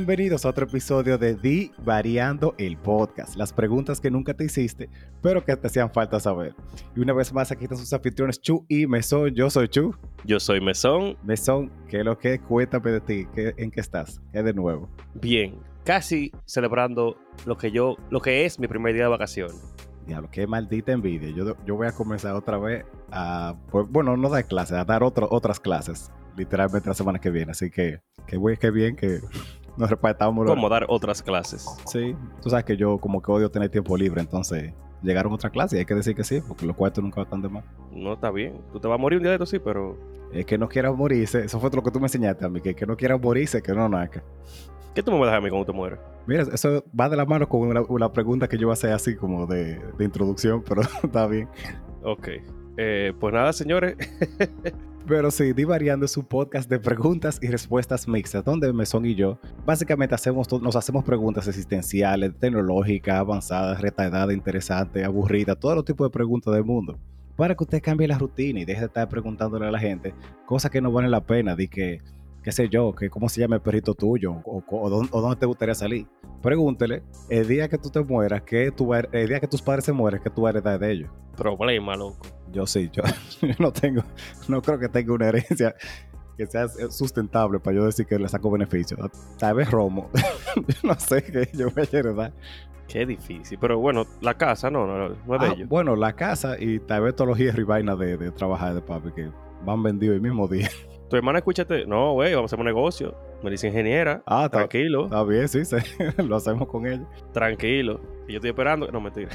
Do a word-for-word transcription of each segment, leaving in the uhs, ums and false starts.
Bienvenidos a otro episodio de Di Variando el Podcast. Las preguntas que nunca te hiciste, pero que te hacían falta saber. Y una vez más, aquí están sus anfitriones Chu y Mesón. Yo soy Chu. Yo soy Mesón. Mesón, ¿qué es lo que? Cuéntame de ti. ¿Qué, ¿En qué estás? ¿Qué de nuevo? Bien, casi celebrando lo que yo, lo que es mi primer día de vacaciones. Diablo, qué maldita envidia. Yo, yo voy a comenzar otra vez a, pues, bueno, no dar clases, a dar otro, otras clases, literalmente la semana que viene. Así que, qué güey, qué bien que nos repartamos. ¿Cómo dar otras clases? Sí, tú sabes que yo como que odio tener tiempo libre, entonces llegaron otra clase y hay que decir que sí, porque los cuartos nunca están de más. No, está bien. Tú te vas a morir un día de esto, sí, pero... Es que no quieras morirse, eso fue lo que tú me enseñaste a mí, que, que no quieras morirse, que no naca. ¿Qué tú me vas a dejar a mí cuando te mueras? Mira, eso va de la mano con una, una pregunta que yo voy a hacer así como de, de introducción, pero está bien. Ok. Eh, pues nada, señores. Pero sí, Di Variando es un podcast de preguntas y respuestas mixtas, donde Mesón y yo básicamente hacemos to- nos hacemos preguntas existenciales, tecnológicas, avanzadas, retardadas, interesantes, aburridas, todos los tipos de preguntas del mundo, para que usted cambie la rutina y deje de estar preguntándole a la gente cosas que no valen la pena, de que, qué sé yo, que cómo se llama el perrito tuyo, o, o, o, dónde, o dónde te gustaría salir. Pregúntele, el día que tú te mueras, que tú, va- el día que tus padres se mueren, ¿qué tú vas a heredar de ellos? Problema, loco. Yo sí, yo, yo no tengo, no creo que tenga una herencia que sea sustentable para yo decir que le saco beneficio. Tal vez Romo, no sé qué yo voy a heredar. Qué difícil. Pero bueno, la casa no, no, no es de Ah, ellos. bueno, la casa y tal vez todos los hierros y vainas de, de trabajar de papi que van vendidos el mismo día. Tu hermana, escúchate. No, güey, vamos a hacer un negocio. Me dice ingeniera. Ah, está, Tranquilo, está bien, sí, sí, lo hacemos con ella. tranquilo. Y yo estoy esperando. No, mentira.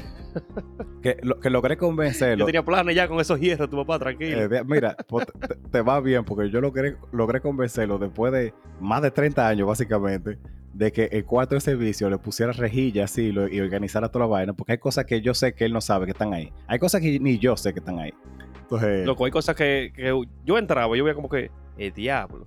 Que, lo, que logré convencerlo. Yo tenía planes ya con esos hierros, tu papá, tranquilo. Eh, de- mira, pues, te, te va bien porque yo logré, logré convencerlo después de más de treinta años, básicamente, de que el cuarto de servicio le pusiera rejillas así lo- y organizara toda la vaina, porque hay cosas que yo sé que él no sabe que están ahí. Hay cosas que ni yo sé que están ahí. Entonces, Loco, hay cosas que, que yo entraba y yo veía como que, el diablo.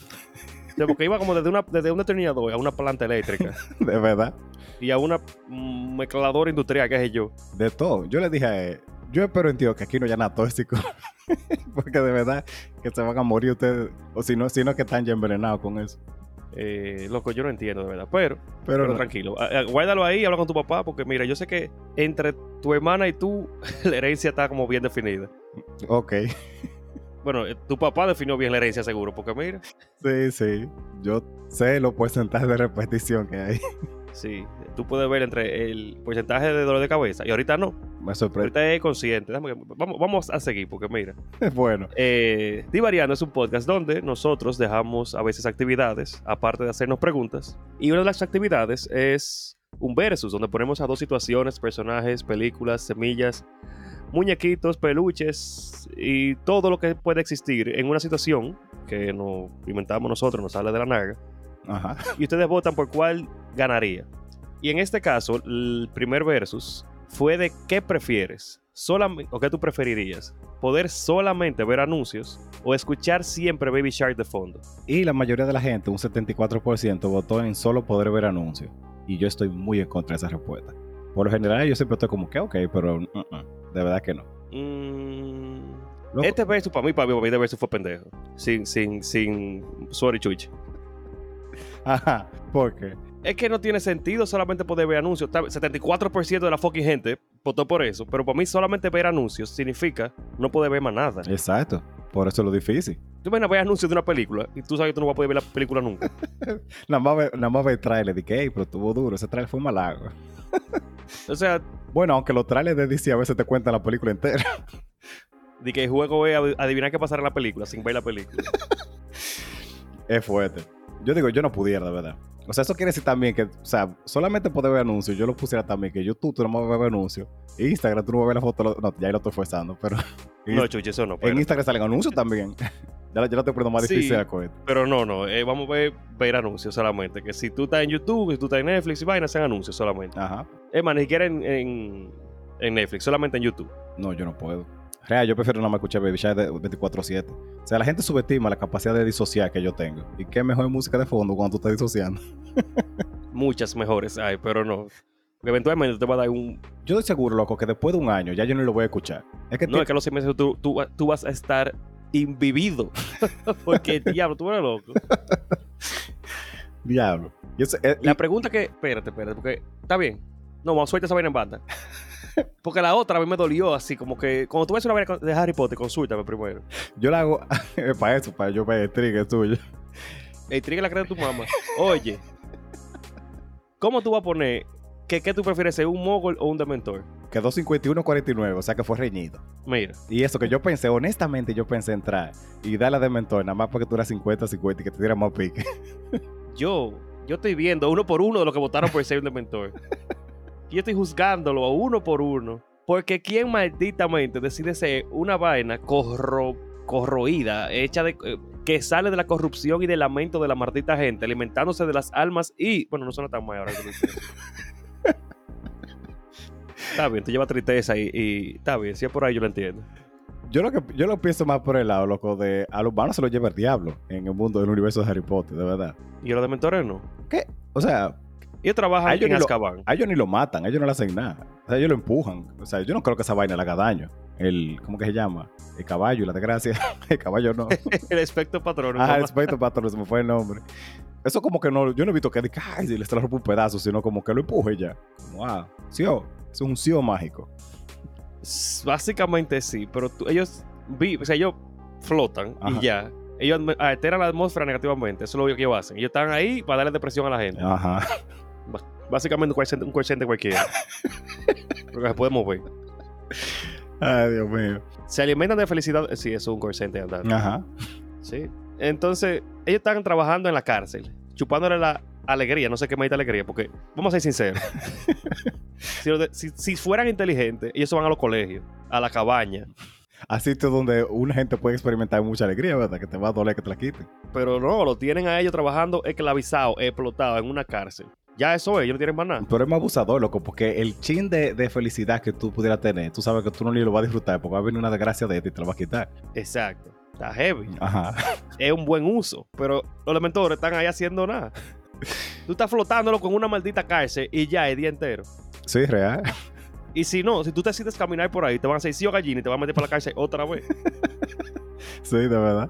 O sea, porque iba como desde, una, desde un destornillador a una planta eléctrica de verdad, y a una mm, mezcladora industrial, que es yo. de todo. Yo le dije a él, yo espero en Dios que aquí no haya nada tóxico, porque de verdad que se van a morir ustedes, o si no, si no es que están ya envenenados con eso. Eh, loco, yo no entiendo de verdad, pero, Pero, pero no. tranquilo. Ah, ah, guárdalo ahí y habla con tu papá, porque mira, yo sé que entre tu hermana y tú, la herencia está como bien definida. Ok, Bueno, eh, tu papá definió bien la herencia seguro, porque mira, sí, sí. Yo sé los porcentajes de repetición que hay. sí, tú puedes ver entre el porcentaje de dolor de cabeza y ahorita no. Me sorprende. Ahorita es consciente. Déjame que- Vamos, vamos a seguir, porque mira. Bueno, Eh, Di Variando es un podcast donde nosotros dejamos a veces actividades, aparte de hacernos preguntas. Y una de las actividades es un versus, donde ponemos a dos situaciones, personajes, películas, semillas, muñequitos, peluches y todo lo que puede existir en una situación que nos inventamos nosotros, nos sale de la naga. ajá. Y ustedes votan por cuál ganaría. Y en este caso, el primer versus fue de qué prefieres. Solamente, o qué tú preferirías. Poder solamente ver anuncios o escuchar siempre Baby Shark de fondo. Y la mayoría de la gente, un setenta y cuatro por ciento, votó en solo poder ver anuncios. Y yo estoy muy en contra de esa respuesta. Por lo general, yo siempre estoy como que, ok, pero uh -uh, de verdad que no. Mm, Loco. este versus para mí, para mí, para mí, de versus fue pendejo. Sin, sin, sin, sorry, chuchi. Ajá, ¿por qué? Es que no tiene sentido solamente poder ver anuncios. Está- setenta y cuatro por ciento de la fucking gente votó por eso. Pero para mí solamente ver anuncios significa no poder ver más nada. Exacto, por eso es lo difícil. Tú imaginas ver anuncios de una película y tú sabes que tú no vas a poder ver la película nunca. Nada más ve, nada más ve el trailer, de que, hey, pero estuvo duro, ese trailer fue malago. O sea, Bueno, aunque los trailers de D C a veces te cuentan la película entera. de que el juego es ad- adivinar qué pasará en la película sin ver la película. Es fuerte. Yo digo, yo no pudiera, de verdad. O sea, eso quiere decir también que, o sea, solamente poder ver anuncios, yo lo pusiera también, que YouTube tú no vas a ver anuncios. Instagram tú no vas a ver la foto, lo- no, ya ahí lo estoy forzando, pero No, chuchi, eso no. en espérate. Instagram salen anuncios también. ya, lo- ya lo estoy poniendo más Sí. difícil la cuenta. Pero no, no. eh, vamos a ver, ver anuncios solamente. Que si tú estás en YouTube, si tú estás en Netflix y vaina, sean anuncios solamente. Ajá. Es más, ni siquiera en, en, en Netflix, solamente en YouTube. No, yo no puedo. Real, yo prefiero nada más escuchar Baby Shark de veinticuatro siete. O sea, la gente subestima la capacidad de disociar que yo tengo. ¿Y qué mejor música de fondo cuando tú estás disociando? Muchas mejores hay, pero no. Porque eventualmente te va a dar un... Yo estoy seguro, loco, que después de un año ya yo no lo voy a escuchar. Es que No, es que a los seis meses tú, tú, tú vas a estar invivido. Porque, diablo, tú eres loco. Diablo. Y eso, eh, La y- pregunta que... Espérate, espérate, porque... Está bien. No, vamos a suelta esa vaina en banda. Porque la otra a mí me dolió así, como que... Cuando tú ves una vaina de Harry Potter, consúltame primero. yo la hago para eso, para yo me trigger tuyo. El trigger la cree de tu mamá. Oye, ¿cómo tú vas a poner que qué tú prefieres ser, un mogol o un dementor? Quedó cincuenta y uno cuarenta y nueve, o sea que fue reñido. Mira, Y eso que yo pensé, honestamente, yo pensé entrar y darle de mentor, nada más porque tú eras cincuenta cincuenta y que te diera más pique. yo, yo estoy viendo uno por uno de los que votaron por ser un dementor. Y yo estoy juzgándolo a uno por uno. Porque quién malditamente decide ser una vaina corro, corroída, hecha de... eh, que sale de la corrupción y del lamento de la maldita gente, alimentándose de las almas y... Bueno, no suena tan mal ahora que lo dices. Está bien, te lleva tristeza y, y... Está bien, si es por ahí yo lo entiendo. Yo lo que yo lo pienso más por el lado, loco, de a los humanos se los lleva el diablo en el mundo del universo de Harry Potter, de verdad. Y a los dementores no. ¿Qué? O sea, Ellos trabajan a ellos, en ni lo, Azkaban. a ellos ni lo matan, a ellos no le hacen nada. O sea, ellos lo empujan. O sea, yo no creo que esa vaina le haga daño. El, ¿cómo que se llama? El caballo, la desgracia. El caballo no. El espectro patrón. Ah, el espectro patrón, se me fue el nombre. Eso como que no, yo no he visto que diga, ay, si le se le rompe un pedazo, sino como que lo empuje ya. Como, ah, sí, oh, es un sí mágico. Básicamente sí, pero tú- ellos, vi, o sea, ellos flotan Ajá. y ya. Ellos me- alteran la atmósfera negativamente. Eso es lo que ellos hacen. Ellos están ahí para darle depresión a la gente. Ajá. Bas- Básicamente un coeficiente, un coeficiente cualquiera. Porque se puede mover. Ay, Dios mío. Se alimentan de felicidad. Sí, eso es un coeficiente andar. Ajá. Sí. Entonces, ellos están trabajando en la cárcel, chupándole la alegría. No sé qué maldita alegría, porque vamos a ser sinceros. si, los de- si- si fueran inteligentes, ellos se van a los colegios, a la cabaña. A sitios donde una gente puede experimentar mucha alegría, ¿verdad? Que te va a doler que te la quiten. Pero no, lo tienen a ellos trabajando esclavizado, explotado en una cárcel. Ya eso es, ellos no tienen más nada. Pero es más abusador, loco, porque el chin de, de felicidad que tú pudieras tener, tú sabes que tú no ni lo vas a disfrutar porque va a venir una desgracia de ti y te la va a quitar. Exacto. Está heavy. Ajá. Es un buen uso. Pero los dementores están ahí haciendo nada. Tú estás flotándolo con una maldita cárcel y ya el día entero. Sí, real. Y si no, si tú decides caminar por ahí, te van a hacer sí o gallina y te van a meter para la cárcel otra vez. Sí, de verdad.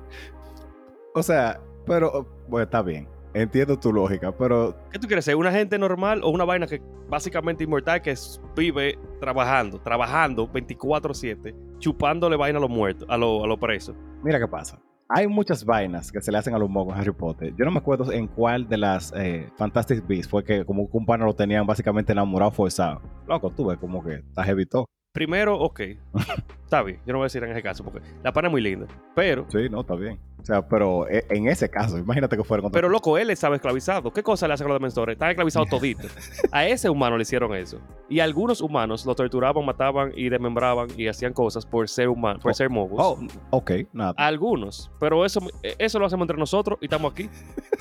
O sea, pero, bueno, está bien. Entiendo tu lógica, pero ¿Qué tú quieres ser? ¿Una gente normal o una vaina que básicamente inmortal que s- vive trabajando, trabajando veinticuatro siete, chupándole vaina a los muertos, a los a los presos? mira qué pasa. Hay muchas vainas que se le hacen a los mogos en Harry Potter. Yo no me acuerdo en cuál de las eh, Fantastic Beasts fue que como que un pana lo tenían básicamente enamorado forzado. Loco, tú ves como que está evitó. Primero, ok. Está bien, yo no voy a decir en ese caso porque la pana es muy linda. Pero, Sí, no, está bien. O sea, pero e- en ese caso, imagínate que fuera contra... pero loco, él estaba esclavizado. ¿Qué cosa le hacen a los dementores? Están esclavizados toditos. A ese humano le hicieron eso. Y a algunos humanos lo torturaban, mataban y desmembraban y hacían cosas por ser humanos, por Oh, ser mogos. Oh, ok, nada. Algunos. Pero eso, eso lo hacemos entre nosotros y estamos aquí.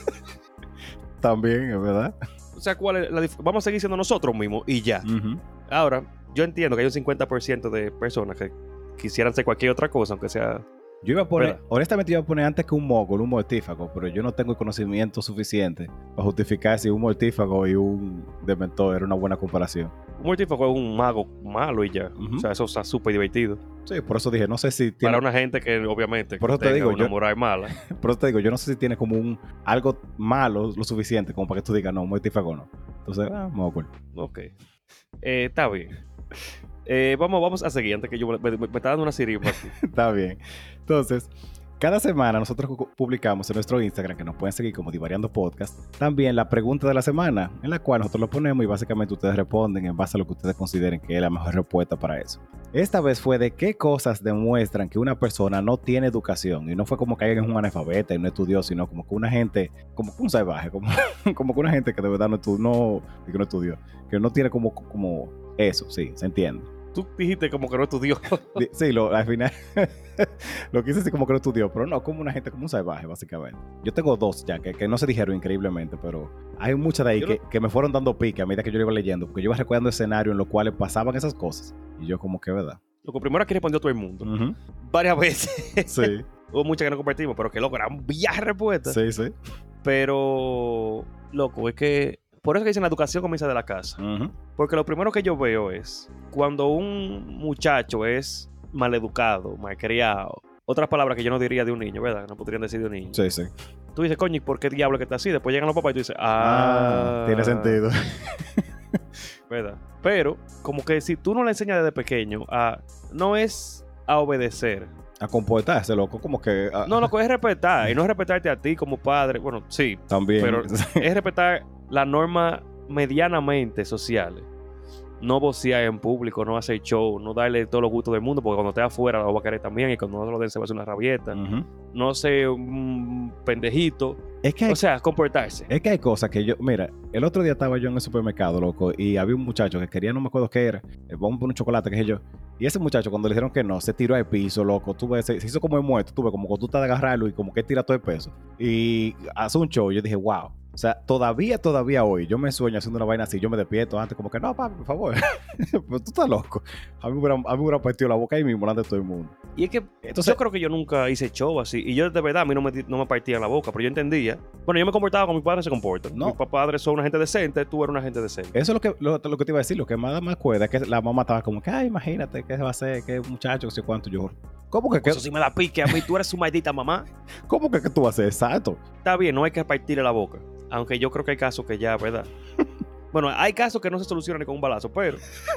También, es verdad. O sea, ¿cuál es la dif- vamos a seguir siendo nosotros mismos y ya. Ujú. Ahora, yo entiendo que hay un cincuenta por ciento de personas que quisieran hacer cualquier otra cosa, aunque sea... Yo iba a poner, ¿Verdad? honestamente iba a poner antes que un mogol, un mortífago, pero yo no tengo el conocimiento suficiente para justificar si un mortífago y un dementor era una buena comparación. Un mortífago es un mago malo y ya. Ujú. O sea, eso está súper divertido. Sí, por eso dije, no sé si tiene, Para una gente que obviamente Por eso te tenga digo, una yo- moral mala. por eso te digo, yo no sé si tiene como un algo malo lo suficiente como para que tú digas, no, un mortífago no. Entonces, ah, mogol. Ok. Eh, está bien. Eh, vamos, vamos a seguir antes que yo me, me- me está dando una siripa aquí. Está bien. Entonces, cada semana nosotros pu- publicamos en nuestro Instagram, que nos pueden seguir como Divariando Podcast, también la pregunta de la semana, en la cual nosotros lo ponemos y básicamente ustedes responden en base a lo que ustedes consideren que es la mejor respuesta para eso. Esta vez fue de qué cosas demuestran que una persona no tiene educación. Y no fue como que alguien es un analfabeta y no estudió, sino como que una gente, como que un salvaje, como, como que una gente que de verdad no, estu- no, que no estudió, que no tiene como, como eso, sí, se entiende. Tú dijiste como que no estudió. Di- Sí, lo, al final lo quise decir como que no estudió, pero no, como una gente, como un salvaje, básicamente. Yo tengo dos ya, que, que no se dijeron increíblemente, pero hay muchas de ahí Yo que, no- que me fueron dando pique a medida que yo lo iba leyendo, porque yo iba recordando escenarios en los cuales pasaban esas cosas. Y yo como que, ¿verdad? Lo que primero aquí respondió todo el mundo. Ujú. Varias veces. Sí, Hubo muchas que no compartimos, pero que loco, era un viaje respuesta. sí, sí. Pero, loco, es que por eso que dicen la educación comienza de la casa. Ujú. Porque lo primero que yo veo es cuando un muchacho es maleducado, malcriado. Otras palabras que yo no diría de un niño, ¿verdad? No podrían decir de un niño. Sí, sí. tú dices, coño, ¿y por qué diablo que está así? Después llegan los papás y tú dices, ah, Ah, tiene sentido. ¿verdad? Pero, como que si tú no le enseñas desde pequeño a... No es a obedecer. A comportarse, loco, como que... a- No, lo que es respetar. Y no es respetarte a ti como padre. Bueno, sí. También. Pero es respetar las normas medianamente sociales. No vocear en público, no hacer show, no darle todos los gustos del mundo, porque cuando esté afuera lo va a querer también, y cuando no se lo den se va a hacer una rabieta. Ujú. No ser un pendejito. Es que hay, O sea, comportarse. es que hay cosas que yo... Mira, el otro día estaba yo en el supermercado, loco, y había un muchacho que quería, no me acuerdo qué era, eh, vamos por un chocolate, qué sé yo. Y ese muchacho, cuando le dijeron que no, se tiró al piso, loco. Tú ves, se, se hizo como el muerto, tú ves, como cuando tú estás de agarrarlo y como que tira todo el peso. Y hace un show, yo dije, wow. O sea, todavía, todavía hoy, yo me sueño haciendo una vaina así, yo me despierto antes, como que no, papi, por favor. Pero tú estás loco. A mí me hubiera, a mí me hubiera partido la boca ahí mismo, delante de todo el mundo. Y es que Entonces, yo creo que yo nunca hice show así. Y yo de verdad a mí no me, no me partía la boca, pero yo entendía. Bueno, yo me comportaba como mi padre se comporta. No. Mi padre son una gente decente, tú eres una gente decente. eso es lo que, lo, lo que te iba a decir. Lo que más me acuerda es que la mamá estaba como que, ay, imagínate, ¿qué va a hacer? ¿Qué muchacho? ¿Qué sé cuánto? Yo, ¿cómo que, que, Eso sí me da pique a mí, tú eres su maldita mamá. ¿cómo que, que tú vas a hacer? Exacto. Está bien, no hay que partirle la boca. Aunque yo creo que hay casos que ya, ¿verdad? Bueno, hay casos que no se solucionan ni con un balazo, pero...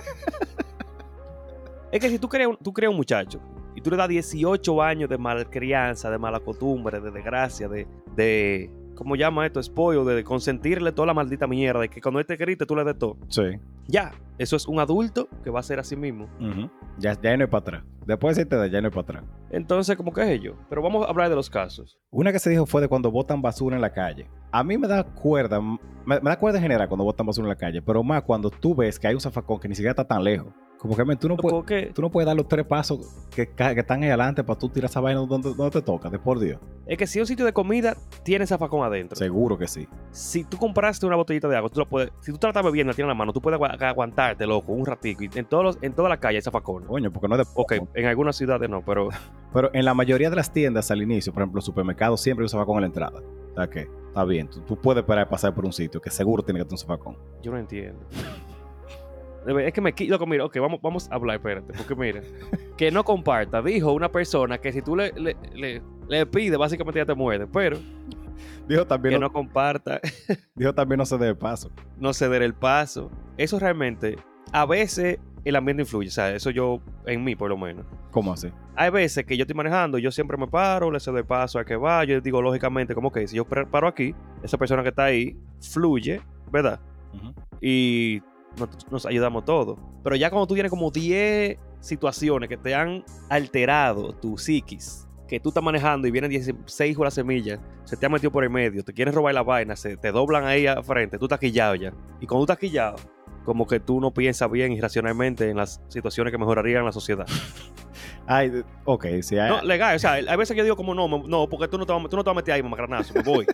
Es que si tú creas un, tú creas un muchacho y tú le das dieciocho años de malcrianza, de mala costumbre, de desgracia, de... de ¿cómo llama esto? Spoil, de consentirle toda la maldita mierda, de que cuando él te grite tú le des todo. Sí. Ya, eso es un adulto que va a ser así mismo. Uh-huh. Ya, ya no hay para atrás. Después de siete edad, ya no hay para atrás. Entonces, ¿cómo que es ello? Pero vamos a hablar de los casos. Una que se dijo fue de cuando botan basura en la calle. A mí me da cuerda, me, me da cuerda en general cuando botan basura en la calle, pero más cuando tú ves que hay un zafacón que ni siquiera está tan lejos. Como que men, tú, no puedes, ¿Por qué? tú no puedes dar los tres pasos que, que están ahí adelante para tú tirar esa vaina donde, donde te toca, de por Dios. Es que si un sitio de comida tiene zafacón adentro. Seguro que sí. Si tú compraste una botellita de agua, tú la puedes, si tú te la estás bebiendo, la tienes en la mano, tú puedes agu- aguantarte, loco, un ratico. Y en, todos los, en toda la calle hay zafacones. Coño, porque no es de Ok, poco. en algunas ciudades no, pero Pero en la mayoría de las tiendas al inicio, por ejemplo, los supermercados siempre hay un zafacón en la entrada. O sea que está bien, tú, tú puedes esperar a pasar por un sitio que seguro tiene que tener un zafacón. yo no entiendo. De verdad, Es que me quito, loco, mira, ok, vamos, vamos a hablar, espérate, porque mira, que no comparta, dijo una persona que si tú le, le, le, le pides, básicamente ya te muerde, pero Dijo también, que no, no comparta, dijo también no se dé paso. no ceder el paso. Eso realmente, a veces el ambiente influye, o sea, eso yo, en mí por lo menos. ¿Cómo así? Hay veces que yo estoy manejando, yo siempre me paro, le cedo el paso a que va, yo digo lógicamente como que si yo pre- paro aquí, esa persona que está ahí fluye, ¿verdad? Uh-huh. Y nos, nos ayudamos todos. Pero ya cuando tú tienes como diez situaciones que te han alterado tu psiquis, que tú estás manejando y vienen dieciséis horas semillas, se te ha metido por el medio, te quieren robar la vaina, se te doblan ahí al frente, tú estás quillado ya. Y cuando tú estás quillado, como que tú no piensas bien y racionalmente en las situaciones que mejorarían la sociedad. Ay, ok, sí. Hay, No, legal, o sea, hay veces que yo digo como no, me- no, porque tú no te vas, tú no te vas a meter ahí, mamagranazo, me voy.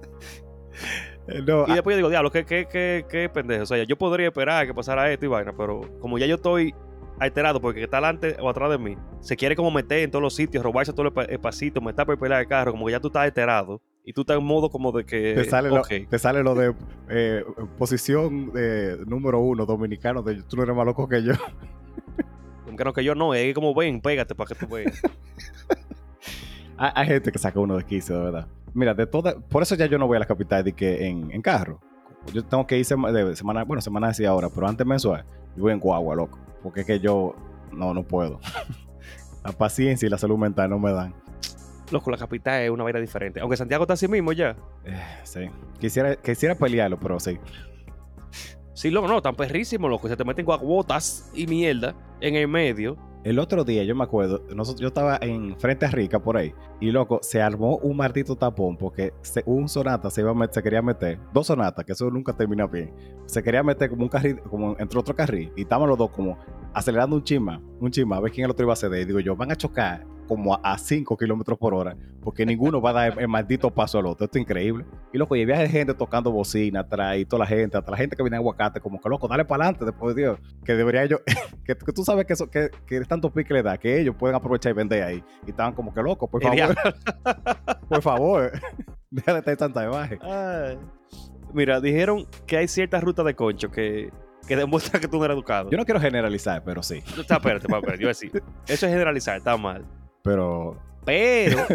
no, Y después yo digo, diablo, qué, qué, qué, qué pendejo. O sea, yo podría esperar que pasara esto y vaina, pero como ya yo estoy alterado porque está delante o atrás de mí, se quiere como meter en todos los sitios, robarse todo el pa- espacito, me está por pelear el carro, como que ya tú estás alterado y tú estás en modo como de que. te, sale ok, lo, te sale lo de eh, posición eh, número uno, dominicano, de tú no eres más loco que yo. como que no, que yo no, es como ven, pégate para que tú veas. hay, hay gente que saca uno de quicio, de verdad. Mira, de toda, por eso ya yo no voy a la capital de que en, en carro. Yo tengo que ir sema, de semana, bueno, semana así ahora, pero antes mensual, yo voy en guagua, loco. Porque es que yo no, no puedo. La paciencia y la salud mental no me dan. Loco, la capital es una vaina diferente. Aunque Santiago está así mismo ya. Eh, sí. Quisiera, quisiera pelearlo, pero sí. Sí, loco, no, tan perrísimo, loco. Se te meten guaguotas y mierda en el medio. El otro día, yo me acuerdo, nosotros, yo estaba en frente a Rica por ahí, y loco, se armó un maldito tapón porque se, un sonata se, iba a met, se quería meter, dos sonatas, que eso nunca termina bien, se quería meter como un carril, como entre otro carril, y estaban los dos como acelerando un chima, un chima, a ver quién el otro iba a ceder. Y digo yo, van a chocar como a cinco kilómetros por hora, porque ninguno va a dar el, el maldito paso al otro. Esto es increíble. Y loco, y había gente tocando bocina atrás, y toda la gente, hasta la gente que viene a aguacate, como que loco, dale para adelante, después de Dios, que debería yo, que, que tú sabes que eso, que, que tanto pique le da, que ellos pueden aprovechar y vender ahí. Y estaban como que locos, por El favor, por favor, déjale estar tanta de baje. Ay. Mira, dijeron que hay ciertas rutas de concho que, que demuestran que tú no eres educado. Yo no quiero generalizar, pero sí. Está, espérate, espérate, yo voy a decir. Eso es generalizar, está mal. Pero, Pero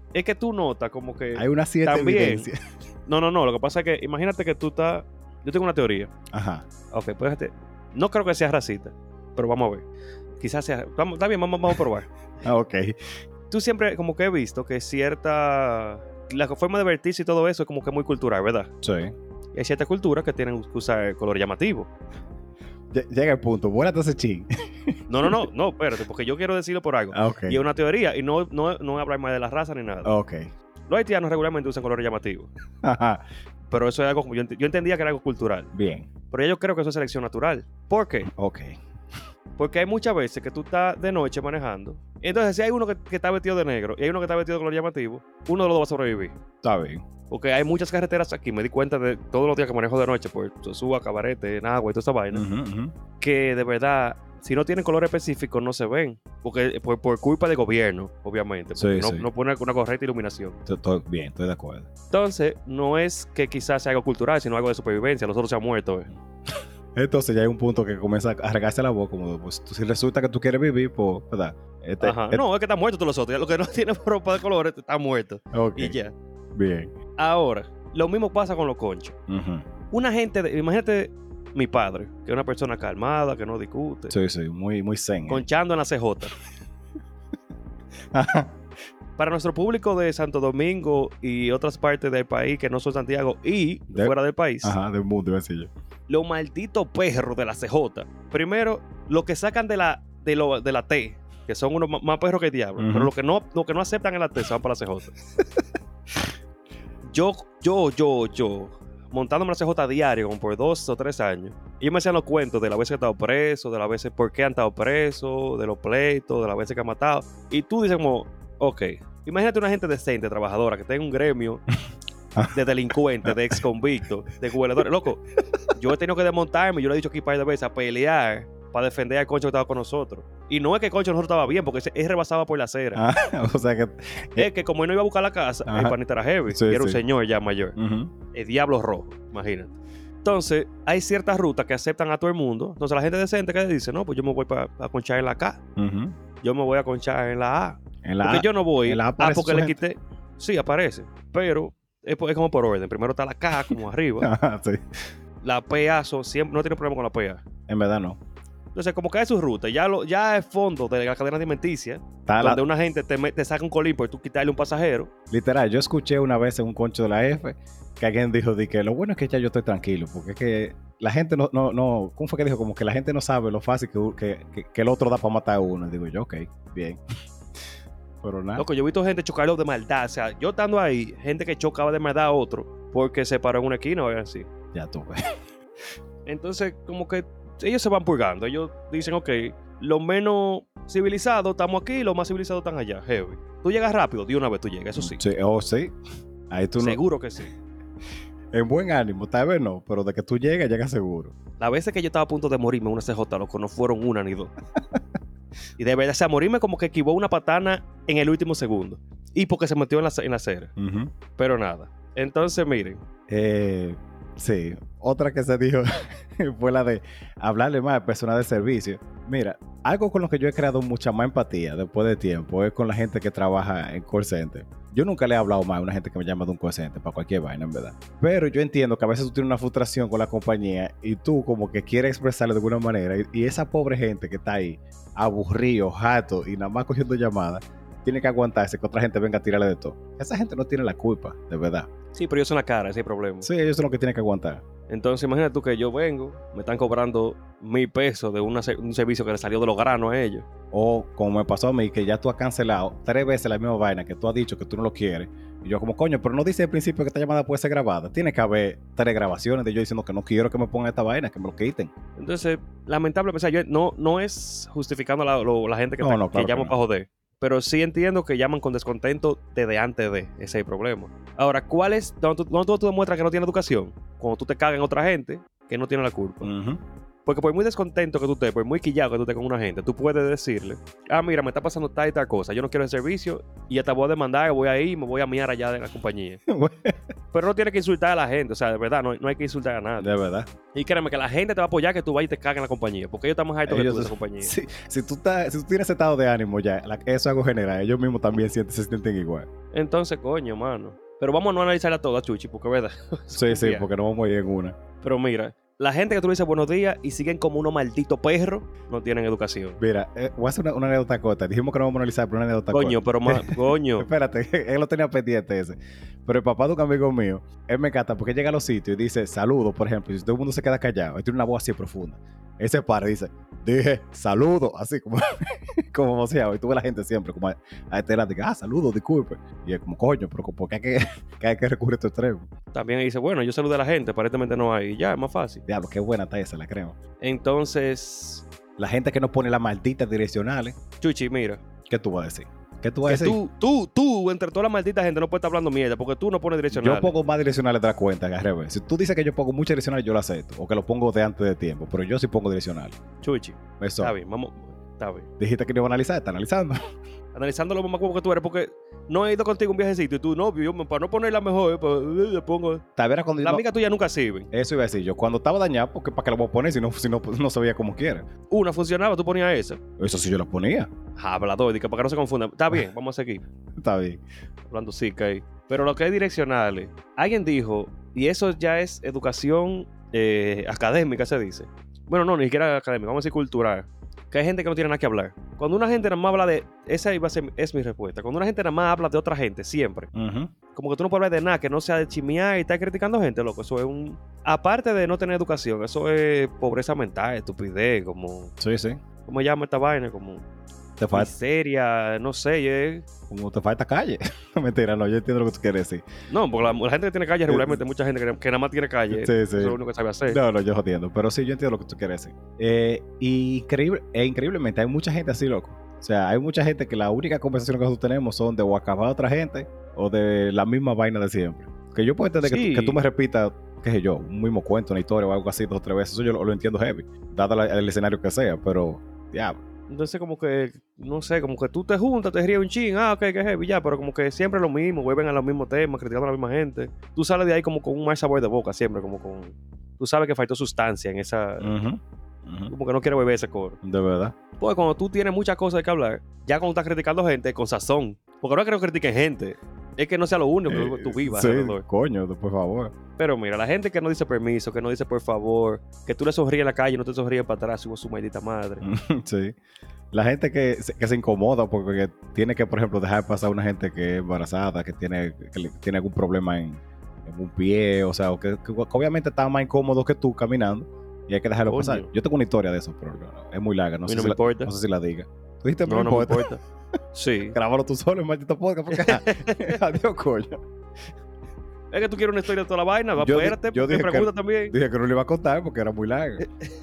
es que tú notas como que Hay una cierta también, evidencia. No, no, no. Lo que pasa es que imagínate que tú estás... Yo tengo una teoría. Ajá. Ok, pues este, no creo que sea racista, pero vamos a ver. Quizás sea... Vamos, está bien, vamos, vamos a probar. Ah, ok. Tú siempre como que he visto que cierta... La forma de vertirse y todo eso es como que muy cultural, ¿verdad? Sí. Y hay ciertas culturas que tienen que usar color llamativo. Llega el punto. Vuélate ese chin. No, no, no, no, espérate, porque yo quiero decirlo por algo. Ah, ok. Y es una teoría, y no, no, no hablar más de la raza ni nada. Ok. Los haitianos regularmente usan colores llamativos. Ajá. Pero eso es algo como yo, ent- yo entendía que era algo cultural. Bien. Pero yo creo que eso es selección natural. ¿Por qué? Ok. Porque hay muchas veces que tú estás de noche manejando. Entonces, si hay uno que, que está vestido de negro y hay uno que está vestido de color llamativo, uno de los dos va a sobrevivir. Está bien. Porque hay muchas carreteras aquí, me di cuenta de todos los días que manejo de noche, por Sosúa, Cabarete, Nagua y toda esa vaina, Ujú, ujú. que de verdad, si no tienen color específico, no se ven. Porque por, por culpa del gobierno, obviamente. Porque Sí, no, sí. no pone una correcta iluminación. Estoy- estoy bien, estoy de acuerdo. Entonces, no es que quizás sea algo cultural, sino algo de supervivencia. Los otros se han muerto. eh. Entonces ya hay un punto que comienza a regarse la voz, como pues, tú- si resulta que tú quieres vivir, pues, ¿verdad? Este, Ajá. este- No, es que están muertos todos los otros. Lo que no tiene ropa de colores está muerto. ok, Y ya. bien. Ahora, lo mismo pasa con los conchos. Ujú. Una gente, de- imagínate mi padre, que es una persona calmada, que no discute, Sí, sí, muy, muy zen. ¿eh? conchando en la C J. Ajá. Para nuestro público de Santo Domingo y otras partes del país que no son Santiago y De- fuera del país, Ajá, del mundo, iba a decir yo. los malditos perros de la C J. Primero, lo que sacan de la, de lo, de la T, que son unos ma- más perros que el diablo, Ujú. pero lo que, no, lo que no aceptan en la T se van para la C J. yo, yo, yo, yo, montándome en la C J diario, como por dos o tres años, y ellos me hacían los cuentos de las veces que he estado preso, de las veces por qué han estado presos, de los pleitos, de las veces que han matado. Y tú dices como, ok, imagínate una gente decente, trabajadora, que tenga un gremio de delincuentes, de ex convictos, de jugadores. Loco, yo he tenido que desmontarme, yo le he dicho aquí un par de veces, a pelear para defender al concho que estaba con nosotros. Y no es que el concho de nosotros estaba bien, porque ese- él rebasaba por la acera. Ah, o sea que. Es que como él no iba a buscar la casa, Ajá. el panita era heavy. Sí, y era un sí. señor ya mayor. Ujú. El diablo rojo, imagínate. Entonces, hay ciertas rutas que aceptan a todo el mundo. Entonces, la gente decente que dice, no, pues yo me voy pa- a conchar en la K. Ujú. Yo me voy a conchar en la A. En la Porque A- yo no voy. en la A Ah, aparece porque su le gente. quité. Sí, aparece. Pero es, po- es como por orden. Primero está la K, como arriba. Ajá, sí. La P A son siempre, no tiene problema con la P A. En verdad no. Entonces, como que hay su ruta. Ya, lo, ya es fondo de la cadena alimenticia. Está la- Donde una gente te, me- te saca un colín por tú quitarle un pasajero. Literal, yo escuché una vez en un concho de la F que alguien dijo de que lo bueno es que ya yo estoy tranquilo, porque es que la gente no, no, no, ¿cómo fue que dijo? Como que la gente no sabe lo fácil que, que, que- que el otro da para matar a uno. Y digo yo, ok, bien. Pero nada. Loco, yo he visto gente chocarlo de maldad. O sea, yo estando ahí, gente que chocaba de maldad a otro porque se paró en una esquina o algo así. Ya tuve. Entonces, como que ellos se van purgando. Ellos dicen, ok, los menos civilizados estamos aquí, los más civilizados están allá. Heavy. Tú llegas rápido, de una vez tú llegas, eso sí. Sí, oh, sí. Ahí tú no. Seguro que sí. En buen ánimo, tal vez no, pero de que tú llegas, llegas seguro. Las veces que yo estaba a punto de morirme en una C J, loco, no fueron una ni dos. Y de verdad, o sea, morirme como que esquivó una patana en el último segundo. Y porque se metió en la, en la acera. Ujú. Pero nada. Entonces, miren. Eh, sí, otra que se dijo fue la de hablarle más al personal de servicio. Mira, algo con lo que yo he creado mucha más empatía después de tiempo es con la gente que trabaja en call center. Yo nunca le he hablado más a una gente que me llama de un call center para cualquier vaina, en verdad. Pero yo entiendo que a veces tú tienes una frustración con la compañía y tú como que quieres expresarlo de alguna manera y, y esa pobre gente que está ahí, aburrido, jato y nada más cogiendo llamadas, tiene que aguantarse que otra gente venga a tirarle de todo. Esa gente no tiene la culpa, de verdad. Sí, pero yo soy la cara, ese es el problema. Sí, ellos son los que tienen que aguantar. Entonces, imagínate tú que yo vengo, me están cobrando mil pesos de una, un servicio que le salió de los granos a ellos. O como me pasó a mí, que ya tú has cancelado tres veces la misma vaina que tú has dicho que tú no lo quieres. Y yo como, coño, pero no dice al principio que esta llamada puede ser grabada. Tiene que haber tres grabaciones de yo diciendo que no quiero que me pongan esta vaina, que me lo quiten. Entonces, lamentablemente, o sea, yo no, no es justificando la, lo- la gente que, No, está- no, que claro que llama no. para joder. Pero sí entiendo que llaman con descontento desde antes de. Ese es el problema. Ahora, ¿cuál es? ¿Dónde tú, dónde tú demuestras que no tiene educación? Cuando tú te cagas en otra gente que no tiene la culpa. Ujú. Porque por muy descontento que tú estés, por muy quillado que tú estés con una gente, tú puedes decirle, ah, mira, me está pasando tal y tal cosa, yo no quiero el servicio y ya te voy a demandar, voy a ir y me voy a miar allá de la compañía. Pero no tienes que insultar a la gente, o sea, de verdad, no, no hay que insultar a nadie. De verdad. Y créeme que la gente te va a apoyar que tú vayas y te cagues en la compañía, porque ellos están más altos que tú en esa compañía. Si, si, tú estás, si tú tienes estado de ánimo ya, la, eso es algo general, ellos mismos también sienten, se sienten igual. Entonces, coño, mano. Pero vamos a no analizarla toda, Chuchi, porque verdad. Sí, sí, porque no vamos a ir en una. Pero mira, la gente que tú le dices buenos días y siguen como unos malditos perros, no tienen educación. Mira, eh, voy a hacer una, una anécdota corta. Dijimos que no vamos a analizar, pero una anécdota Coño, corta. pero más, coño. Espérate, él lo tenía pendiente ese. Pero el papá de un amigo mío, él me encanta porque llega a los sitios y dice saludos, por ejemplo. Y si todo el mundo se queda callado, él tiene una voz así profunda. Él se para y dice, dije saludos, así como, como emocionado. Y tú ves la gente siempre como a, a este lado, ah, saludos, disculpe. Y es como, coño, pero ¿por qué hay que, que, hay que recurrir a estos extremos? También dice, bueno, yo saludo a la gente, aparentemente no hay. Ya, es más fácil. Diablo, qué buena está esa, la creo. Entonces, la gente que no pone las malditas direccionales. Chuchi, mira. ¿Qué tú vas a decir? ¿Qué tú vas que a decir? Tú, tú, tú, entre toda la maldita gente, no puedes estar hablando mierda porque tú no pones direccionales. Yo pongo más direccionales de la cuenta, al revés. Si tú dices que yo pongo muchas direccionales, yo lo acepto. O que lo pongo de antes de tiempo. Pero yo sí pongo direccionales. Chuchi. Eso. Está bien, vamos. Está bien. Dijiste que no iba a analizar, está analizando. Analizando lo más como que tú eres, porque no he ido contigo un viajecito y tú, no, yo, para no ponerla mejor, pues, le pongo. Tal vez cuando la no, amiga tuya nunca sirve. Eso iba a decir yo. Cuando estaba dañado, porque para qué lo voy a poner si no, si no, no se veía como quiera. Una funcionaba, tú ponías esa. Eso sí yo lo ponía. Hablador, dice, para que no se confundan. Está bien, vamos a seguir. Está bien. Hablando sí, que pero lo que es direccionales, alguien dijo, y eso ya es educación eh, académica, se dice. Bueno, no, ni siquiera académica, vamos a decir cultural. Que hay gente que no tiene nada que hablar. Cuando una gente nada más habla de... Esa iba a ser, es mi respuesta. Cuando una gente nada más habla de otra gente, siempre. Uh-huh. Como que tú no puedes hablar de nada que no sea de chimear y estar criticando gente, loco. Eso es un... Aparte de no tener educación, eso es pobreza mental, estupidez, como... Sí, sí. ¿Cómo se llama esta vaina? Como... Te falta... Miseria, no sé, eh. Como te falta calle. Mentira, no, yo entiendo lo que tú quieres decir. No, porque la, la gente que tiene calle regularmente, mucha gente que, que nada más tiene calle. Sí, sí. Eso es lo único que sabe hacer. No, no, yo jodiendo. Pero sí, yo entiendo lo que tú quieres decir. Eh, y increíble, e increíblemente, hay mucha gente así, loco. O sea, hay mucha gente que la única conversación que nosotros tenemos son de o acabar a otra gente o de la misma vaina de siempre. Que yo puedo entender sí. que, tú, que tú me repitas, qué sé yo, un mismo cuento, una historia o algo así dos o tres veces. Eso yo lo, lo entiendo heavy, dado la, el escenario que sea, pero diablo. Entonces como que, no sé, como que tú te juntas, te ríes un ching, ah, ok, que heavy, ya, pero como que siempre es lo mismo, vuelven a los mismos temas, criticando a la misma gente. Tú sales de ahí como con un mal sabor de boca, siempre, como con... Tú sabes que faltó sustancia en esa... Uh-huh. Uh-huh. Como que no quiero beber ese coro. De verdad. Porque cuando tú tienes muchas cosas de que hablar, ya cuando estás criticando gente, con sazón. Porque no es que no critiquen gente, es que no sea lo único que eh, tú vivas. Sí, alrededor. Coño, por favor. Pero mira, la gente que no dice permiso, que no dice por favor, que tú le sonríes en la calle y no te sonríes para atrás, subo su maldita madre. Sí. La gente que, que se incomoda porque tiene que, por ejemplo, dejar pasar a una gente que es embarazada, que tiene, que tiene algún problema en, en un pie, o sea, o que, que, que obviamente está más incómodo que tú caminando y hay que dejarlo Coño. pasar. Yo tengo una historia de eso, pero no, es muy larga, no, sé, no, si me la, no sé si la diga. ¿Tú dijiste no, no me importa? Sí. Grábalo tú solo en maldito podcast porque adiós, coño. Es que tú quieres una historia de toda la vaina, va, yo, espérate, yo dije pregunta que, también. Dije que no le iba a contar porque era muy larga.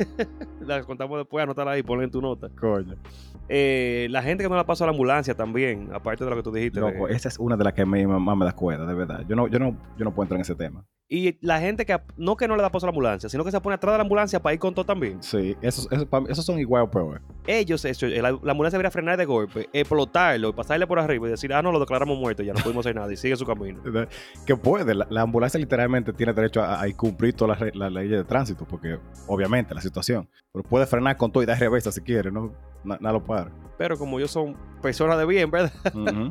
La contamos después, anótala ahí, ponla en tu nota. Coño. Eh, la gente que no la pasa a la ambulancia también, aparte de lo que tú dijiste. Loco, de... esa es una de las que me, más me da cuenta, de verdad. Yo no, yo, no, yo no puedo entrar en ese tema. Y la gente que no que no le da paso a la ambulancia, sino que se pone atrás de la ambulancia para ir con todo también. Sí, esos, esos, esos son igual o peor. Ellos, eso, la, la ambulancia debería frenar de golpe, explotarlo, pasarle por arriba y decir, ah, no, lo declaramos muerto, ya no pudimos hacer nada y sigue su camino. Que puede, la, la ambulancia literalmente tiene derecho a, a cumplir todas las la leyes de tránsito, porque obviamente la situación, pero puede frenar con todo y dar reversa si quiere, no nada na lo para. Pero como ellos son personas de bien, ¿verdad? Uh-huh.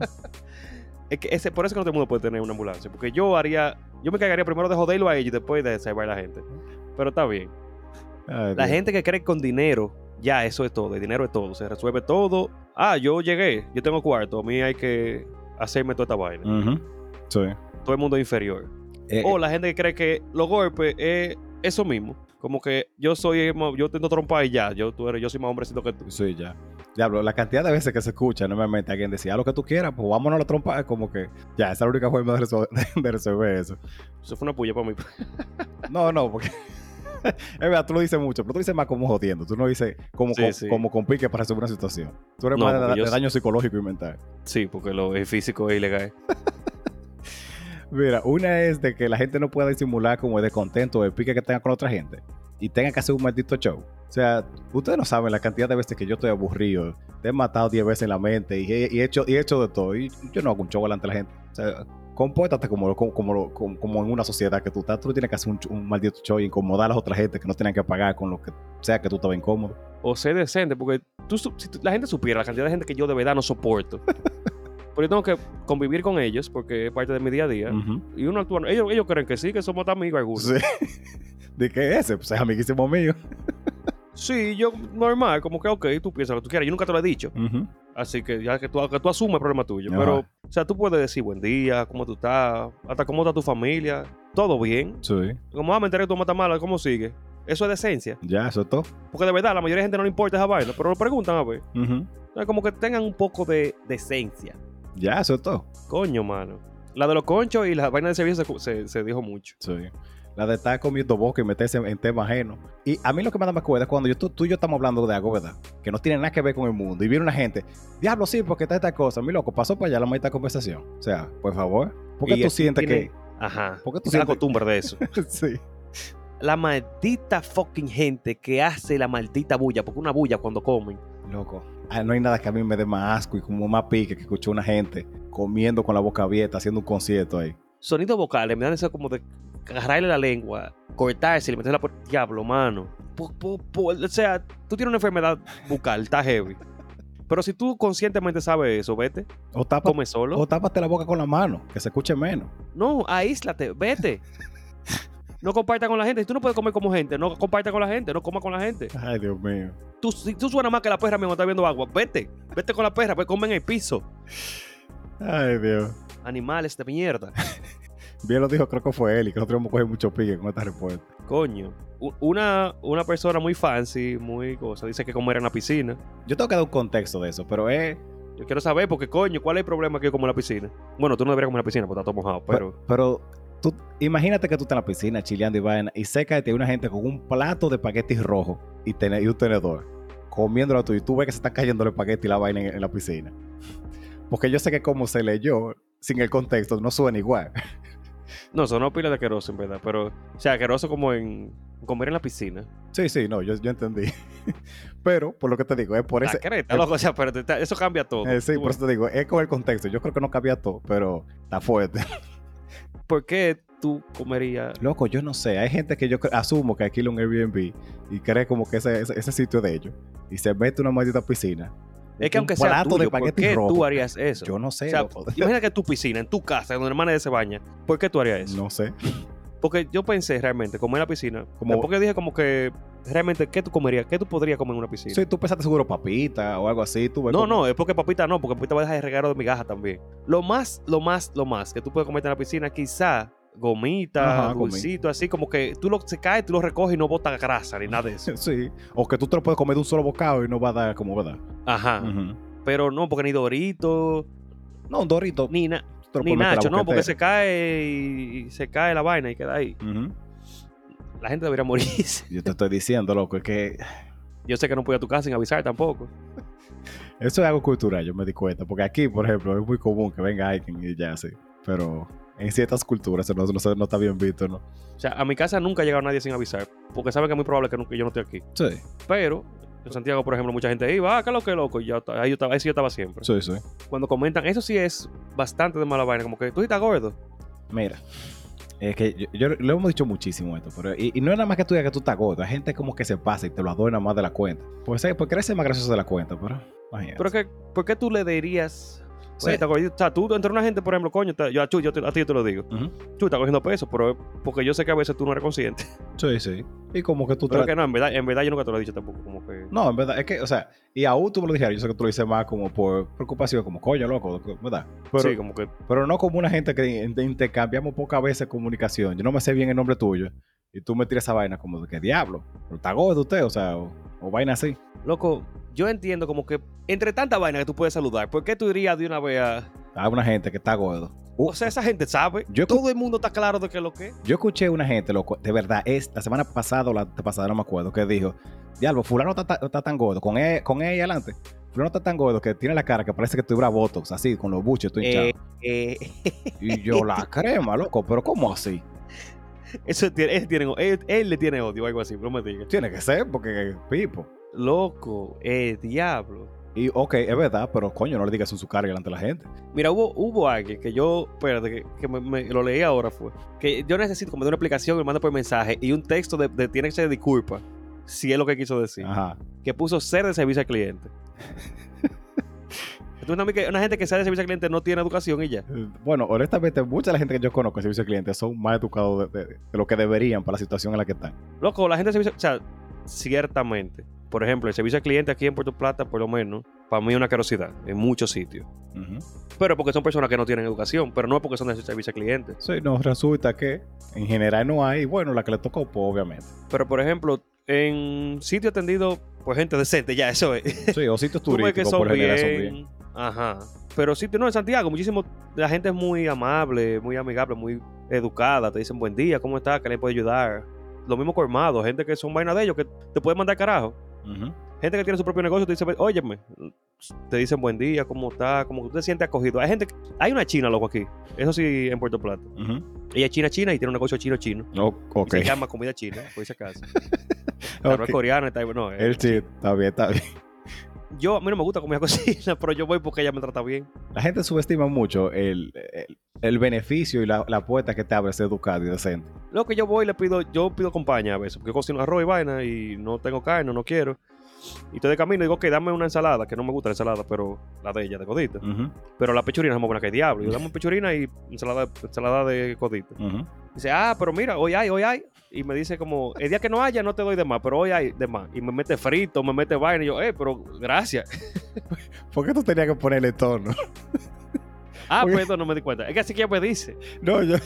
Es que ese, por eso que no todo el mundo puede tener una ambulancia. Porque yo haría, yo me cagaría primero de joderlo a ellos y después de salvar a la gente. Pero está bien. Ay, la Dios. Gente que cree que con dinero, ya eso es todo. El dinero es todo. Se resuelve todo. Ah, yo llegué, yo tengo cuarto. A mí hay que hacerme toda esta vaina. Uh-huh. Sí. Todo el mundo es inferior. Eh, o la gente que cree que los golpes es eso mismo. Como que yo soy, yo tengo trompa y ya, yo, tú eres, yo soy más hombrecito que tú. Sí, ya. Diablo, la cantidad de veces que se escucha, normalmente alguien decía, lo que tú quieras, pues vámonos a la trompa, es como que ya, esa es la única forma de resolver, de resolver eso. Eso fue una puya para mí. No, no, porque es verdad, tú lo dices mucho, pero tú dices más como jodiendo, tú no dices como, sí, con, sí. como con pique para resolver una situación. Tú eres no, más de, de yo... daño psicológico y mental. Sí, porque lo físico es ilegal. Mira, una es de que la gente no pueda disimular como el descontento o el pique que tenga con otra gente y tenga que hacer un maldito show. sea, ustedes no saben la cantidad de veces que yo estoy aburrido. Te he matado diez veces en la mente y he, y he hecho, y he hecho de todo. Y yo no hago un show delante de la gente. O sea, compórtate como, como, como, como, como en una sociedad que tú estás. Tú tienes que hacer un, un maldito show y incomodar a las otras gente que no tienen que pagar con lo que sea que tú estabas incómodo. O ser decente, porque tú, si tú, la gente supiera la cantidad de gente que yo de verdad no soporto. Pero yo tengo que convivir con ellos porque es parte de mi día a día. Uh-huh. Y uno actúa. Ellos, ellos creen que sí, que somos amigos algunos. Sí. ¿De qué es ese? Pues es amiguísimo mío. Sí, yo normal, como que ok, tú piensas lo que tú quieras. Yo nunca te lo he dicho. Uh-huh. Así que ya que tú, que tú asumes el problema tuyo. Uh-huh. Pero, o sea, tú puedes decir buen día, cómo tú estás, hasta cómo está tu familia. Todo bien. Sí. Como, ah, me enteré que tú matas mal, ¿cómo sigue? Eso es decencia. Ya, eso es todo. Porque de verdad, la mayoría de gente no le importa esa vaina, pero lo preguntan a ver. Uh-huh. O sea, como que tengan un poco de decencia. Ya, eso es todo. Coño, mano. La de los conchos y la vaina de servicio se, se, se dijo mucho. Sí. La de estar comiendo boca y meterse en, en temas ajenos. Y a mí lo que me da más cuenta es cuando yo, tú, tú y yo estamos hablando de algo, ¿verdad? Que no tiene nada que ver con el mundo. Y viene una gente, diablo, sí, porque está esta cosa. Mi loco, pasó para allá la mitad de conversación. O sea, por favor. ¿Por qué tú sientes tiene... que...? Ajá. ¿Por qué tú sientes la costumbre de eso? Sí. La maldita fucking gente que hace la maldita bulla. Porque una bulla cuando comen. Loco. Ah, no hay nada que a mí me dé más asco y como más pique que escuchar una gente comiendo con la boca abierta, haciendo un concierto ahí. Sonidos vocales, me dan eso como de agarrarle la lengua, cortarse y meterla por diablo, mano. Po, po, po, o sea, tú tienes una enfermedad bucal, está heavy. Pero si tú conscientemente sabes eso, vete. O tapa, come solo. O tápate la boca con la mano, que se escuche menos. No, aíslate, vete. No comparta con la gente. Si tú no puedes comer como gente, no comparta con la gente, no coma con la gente. Ay, Dios mío. Tú, si tú suenas más que la perra mientras estás viendo agua, vete. Vete con la perra, pues come en el piso. Ay, Dios. Animales de mierda. Bien lo dijo, creo que fue él y que nosotros vamos a coger mucho pique con esta respuesta. Coño. Una, una persona muy fancy, muy cosa, dice que comer en la piscina. Yo tengo que dar un contexto de eso, pero es... Yo quiero saber, porque coño, ¿cuál es el problema que yo como en la piscina? Bueno, tú no deberías comer en la piscina porque está todo mojado, pero... Pero... pero... Tú, imagínate que tú estás en la piscina chileando y vaina y cerca de ti hay una gente con un plato de espaguetis rojo y, ten, y un tenedor comiéndolo tú y tú ves que se está cayendo el espagueti y la vaina en, en la piscina. Porque yo sé que como se leyó sin el contexto no suena igual. No, sonó pila de asqueroso en verdad, pero o sea, asqueroso como en comer en la piscina. Sí, sí, no, yo, yo entendí. Pero, por lo que te digo, es por ese... Creta, loco, o sea, pero te, eso cambia todo. Eh, sí, por eso te digo, es con el contexto. Yo creo que no cambia todo, pero está fuerte. ¿Por qué tú comerías? Loco, yo no sé. Hay gente que yo asumo que alquila un Airbnb y cree como que ese, ese, ese sitio de ellos. Y se mete una maldita piscina. Es que aunque sea tuyo, ¿por qué rojo, tú harías eso? Yo no sé. O sea, imagina que tu piscina, en tu casa, donde el hermano se baña. ¿Por qué tú harías eso? No sé. Porque yo pensé realmente, comer en la piscina. Como, porque dije como que, realmente, ¿qué tú comerías? ¿Qué tú podrías comer en una piscina? Sí, tú pensaste seguro papita o algo así. Tú ves no, como... no, es porque papita no, porque papita va a dejar de regalo de migaja también. Lo más, lo más, lo más que tú puedes comerte en la piscina, quizá gomita, Ajá, dulcito, así como que tú lo se cae, tú lo recoges y no botas grasa ni nada de eso. Sí, o que tú te lo puedes comer de un solo bocado y no va a dar como, ¿verdad? Ajá. Uh-huh. Pero no, porque ni Dorito. No, un Dorito. Ni, na, ni Nacho, no, porque se cae y, y se cae la vaina y queda ahí. Uh-huh. La gente debería morirse. Yo te estoy diciendo, loco, es que... Yo sé que no puedo ir a tu casa sin avisar tampoco. Eso es algo cultural, yo me di cuenta. Porque aquí, por ejemplo, es muy común que venga alguien y ya así. Pero en ciertas culturas eso no, no, no está bien visto, ¿no? O sea, a mi casa nunca ha llegado nadie sin avisar. Porque saben que es muy probable que, nunca, que yo no esté aquí. Sí. Pero... En Santiago, por ejemplo, mucha gente iba, ah, qué loco, qué loco. Y yo, ahí, yo estaba, ahí sí yo estaba siempre. Sí, sí. Cuando comentan, eso sí es bastante de mala vaina. Como que tú estás gordo. Mira, es que yo, yo lo hemos dicho muchísimo esto. Pero, y, y no es nada más que tú digas que tú estás gordo. Hay gente como que se pasa y te lo adorna más de la cuenta. Pues, pues crece más gracioso de la cuenta, pero imagínate. Pero que, ¿por qué tú le dirías... Sí, está cogiendo, o sea, tú entre una gente, por ejemplo, coño, te, yo, a, Chu, yo te, a ti yo te lo digo. Uh-huh. Tú estás cogiendo peso, pero porque yo sé que a veces tú no eres consciente. Sí, sí. Y como que tú... Pero tra- que no, en verdad, en verdad yo nunca te lo he dicho tampoco, como que... No, en verdad, es que, o sea, y aún tú me lo dijeras, yo sé que tú lo dices más como por preocupación, como coño, loco, ¿verdad? Pero, sí, como que... Pero no como una gente que intercambiamos pocas veces comunicación. Yo no me sé bien el nombre tuyo y tú me tiras esa vaina como de que diablo, pero está gordo usted, o sea, o, o vaina así. Loco, yo entiendo como que entre tanta vaina que tú puedes saludar, ¿por qué tú irías de una vez a... a una gente que está gordo? Uh, o sea, esa gente sabe. Yo, todo el mundo está claro de qué es lo que es. Yo escuché una gente, loco, de verdad, es la semana pasada o la pasada, no me acuerdo, que dijo, diablo, fulano está, está tan gordo, con él, con él adelante. Fulano está tan gordo que tiene la cara que parece que tuviera botox, así, con los buches, tú hinchado. Eh, eh. Y yo, la crema, loco, pero ¿cómo así? Eso tiene, él, tiene, él, él le tiene odio o algo así, no me digas. Tiene que ser, porque Pipo. Loco, eh, diablo. Y ok, es verdad, pero coño, no le digas en su cara delante de la gente. Mira, hubo, hubo alguien que yo, espérate, que, que me, me, lo leí ahora fue, que yo necesito como de una aplicación, me manda por mensaje y un texto de, de tiene que ser de disculpa, si es lo que quiso decir. Ajá. Que puso ser de servicio al cliente. Entonces, una gente que sea de servicio al cliente no tiene educación y ya. Bueno, honestamente, mucha de la gente que yo conozco en servicio al cliente son más educados de, de, de lo que deberían para la situación en la que están. Loco, la gente de servicio, o sea, ciertamente. Por ejemplo, el servicio al cliente aquí en Puerto Plata, por lo menos, para mí es una carosidad en muchos sitios. Uh-huh. Pero porque son personas que no tienen educación, pero no porque son de servicio al cliente. Sí, nos resulta que en general no hay, bueno, la que le tocó, pues obviamente. Pero, por ejemplo, en sitio atendido por gente decente, ya, eso es. Sí, o sitios turísticos, por general son bien. Ajá. Pero sitio, no, en Santiago, muchísimo, la gente es muy amable, muy amigable, muy educada. Te dicen buen día, ¿cómo estás? ¿Qué le puedo ayudar? Lo mismo colmado, gente que son vainas de ellos, que te pueden mandar carajo. Uh-huh. Gente que tiene su propio negocio te dice, óyeme, te dicen buen día, ¿cómo está? Como que tú te sientes acogido. Hay gente, hay una china, loco, aquí. Eso sí, en Puerto Plata. Uh-huh. Ella es china, china y tiene un negocio chino, chino. Oh, okay. Y se llama comida china, por esa casa. Okay. No es coreana, está, no, es el sí, está bien, está bien. Yo, a mí no me gusta comida cocina, pero yo voy porque ella me trata bien. La gente subestima mucho el, el, el beneficio y la, la puerta que te abre ser educado y decente. Lo que yo voy, le pido, yo pido compañía a veces, porque cocino arroz y vaina y no tengo carne, no quiero. Y estoy de camino y digo, ok, dame una ensalada, que no me gusta la ensalada, pero la de ella, de codita. Uh-huh. Pero la pechurina es más buena que el diablo. Y yo dame pechurina y ensalada, ensalada de codita. Uh-huh. Dice, ah, pero mira, hoy hay, hoy hay. Y me dice como, el día que no haya no te doy de más, pero hoy hay de más. Y me mete frito, me mete vaina. Y yo, eh, pero gracias. ¿Por qué tú tenías que ponerle tono? Ah, Porque... pues no me di cuenta. Es que así que ella me dice. No, yo...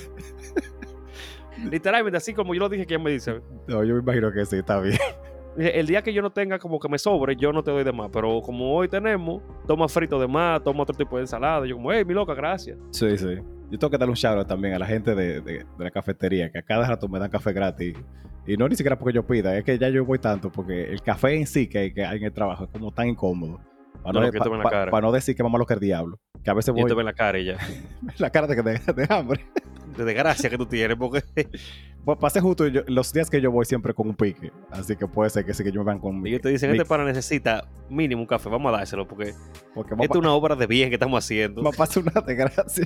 Literalmente, así como yo lo dije que ella me dice. No, yo me imagino que sí, está bien. El día que yo no tenga como que me sobre, yo no te doy de más. Pero como hoy tenemos, toma frito de más, toma otro tipo de ensalada. Yo como, hey, mi loca, gracias. Sí, sí. Yo tengo que darle un shout out también a la gente de, de, de la cafetería, que a cada rato me dan café gratis. Y no ni siquiera porque yo pida, es que ya yo voy tanto, porque el café en sí que hay, que hay en el trabajo es como tan incómodo. Para no, no, pa, pa, pa no decir que más malo que el diablo. Que a veces voy... Yo te veo en la cara y ya. La cara de, de, de hambre. De desgracia que tú tienes, porque... Pues pasé justo yo, los días que yo voy siempre con un pique. Así que puede ser que sí que yo me van con... Y ellos te dicen, mi... este pana necesita mínimo un café, vamos a dárselo, porque, porque esto es pa... una obra de bien que estamos haciendo. Va a pasar una desgracia.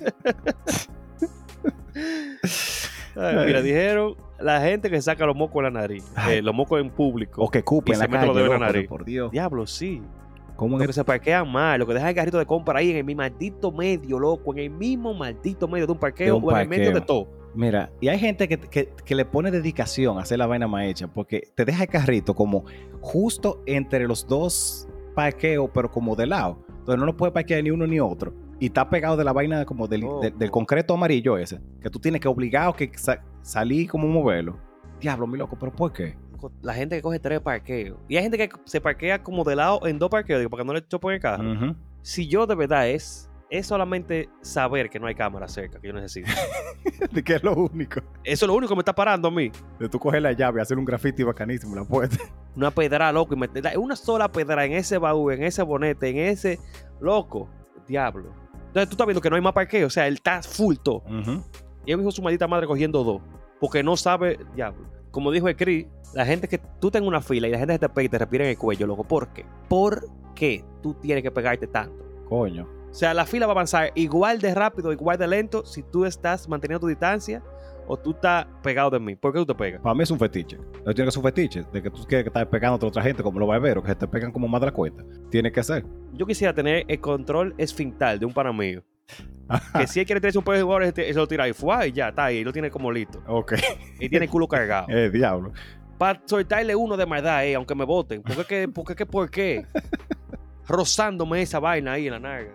Ay, mira, dijeron la gente que saca los mocos en la nariz, eh, los mocos en público. O que cupe en la calle, lo loco, en la nariz. Por Dios. Diablo, sí. ¿Cómo lo que se parquean mal, lo que dejan el carrito de compra ahí en el mismo maldito medio, loco, en el mismo maldito medio de un parqueo, de un o en parqueo. El medio de todo. Mira, y hay gente que, que, que le pone dedicación a hacer la vaina más hecha, porque te deja el carrito como justo entre los dos parqueos, pero como de lado. Entonces no lo puede parquear ni uno ni otro. Y está pegado de la vaina como del, oh, de, del concreto amarillo ese, que tú tienes que obligado que sa- salir como moverlo. Diablo, mi loco, ¿pero por qué? La gente que coge tres parqueos. Y hay gente que se parquea como de lado en dos parqueos, digo, para que no le chopen el carro. Uh-huh. Si yo de verdad es, es solamente saber que no hay cámara cerca, que yo necesito. ¿De qué es lo único? Eso es lo único que me está parando a mí. De tú coger la llave, hacer un graffiti bacanísimo en la puerta. Una pedra, loco, y meter una sola pedra en ese baúl, en ese bonete, en ese... Loco, diablo. Entonces tú estás viendo que no hay más parqueo, o sea, él está full todo. Uh-huh. Y él dijo su maldita madre cogiendo dos, porque no sabe, diablo. Como dijo el Cris, la gente que tú tengas una fila y la gente se te pega y te respira en el cuello, loco. ¿Por qué? ¿Por qué tú tienes que pegarte tanto? Coño. O sea, la fila va a avanzar igual de rápido, igual de lento si tú estás manteniendo tu distancia o tú estás pegado de mí. ¿Por qué tú te pegas? Para mí es un fetiche. Yo tiene que ser un fetiche de que tú quieres que estés pegando a otra gente como los barberos, que se te pegan como más de la cuenta. Tiene que ser. Yo quisiera tener el control esfinctal de un pana mío. Que si él quiere tener un pedo de jugadores, se lo tira ahí, fue, y ya, está ahí, lo tiene como listo. Ok. Y tiene el culo cargado. Eh, diablo. Para soltarle uno de maldad, eh, aunque me voten. ¿Por qué? ¿Por qué? ¿Por qué? Rozándome esa vaina ahí en la narga.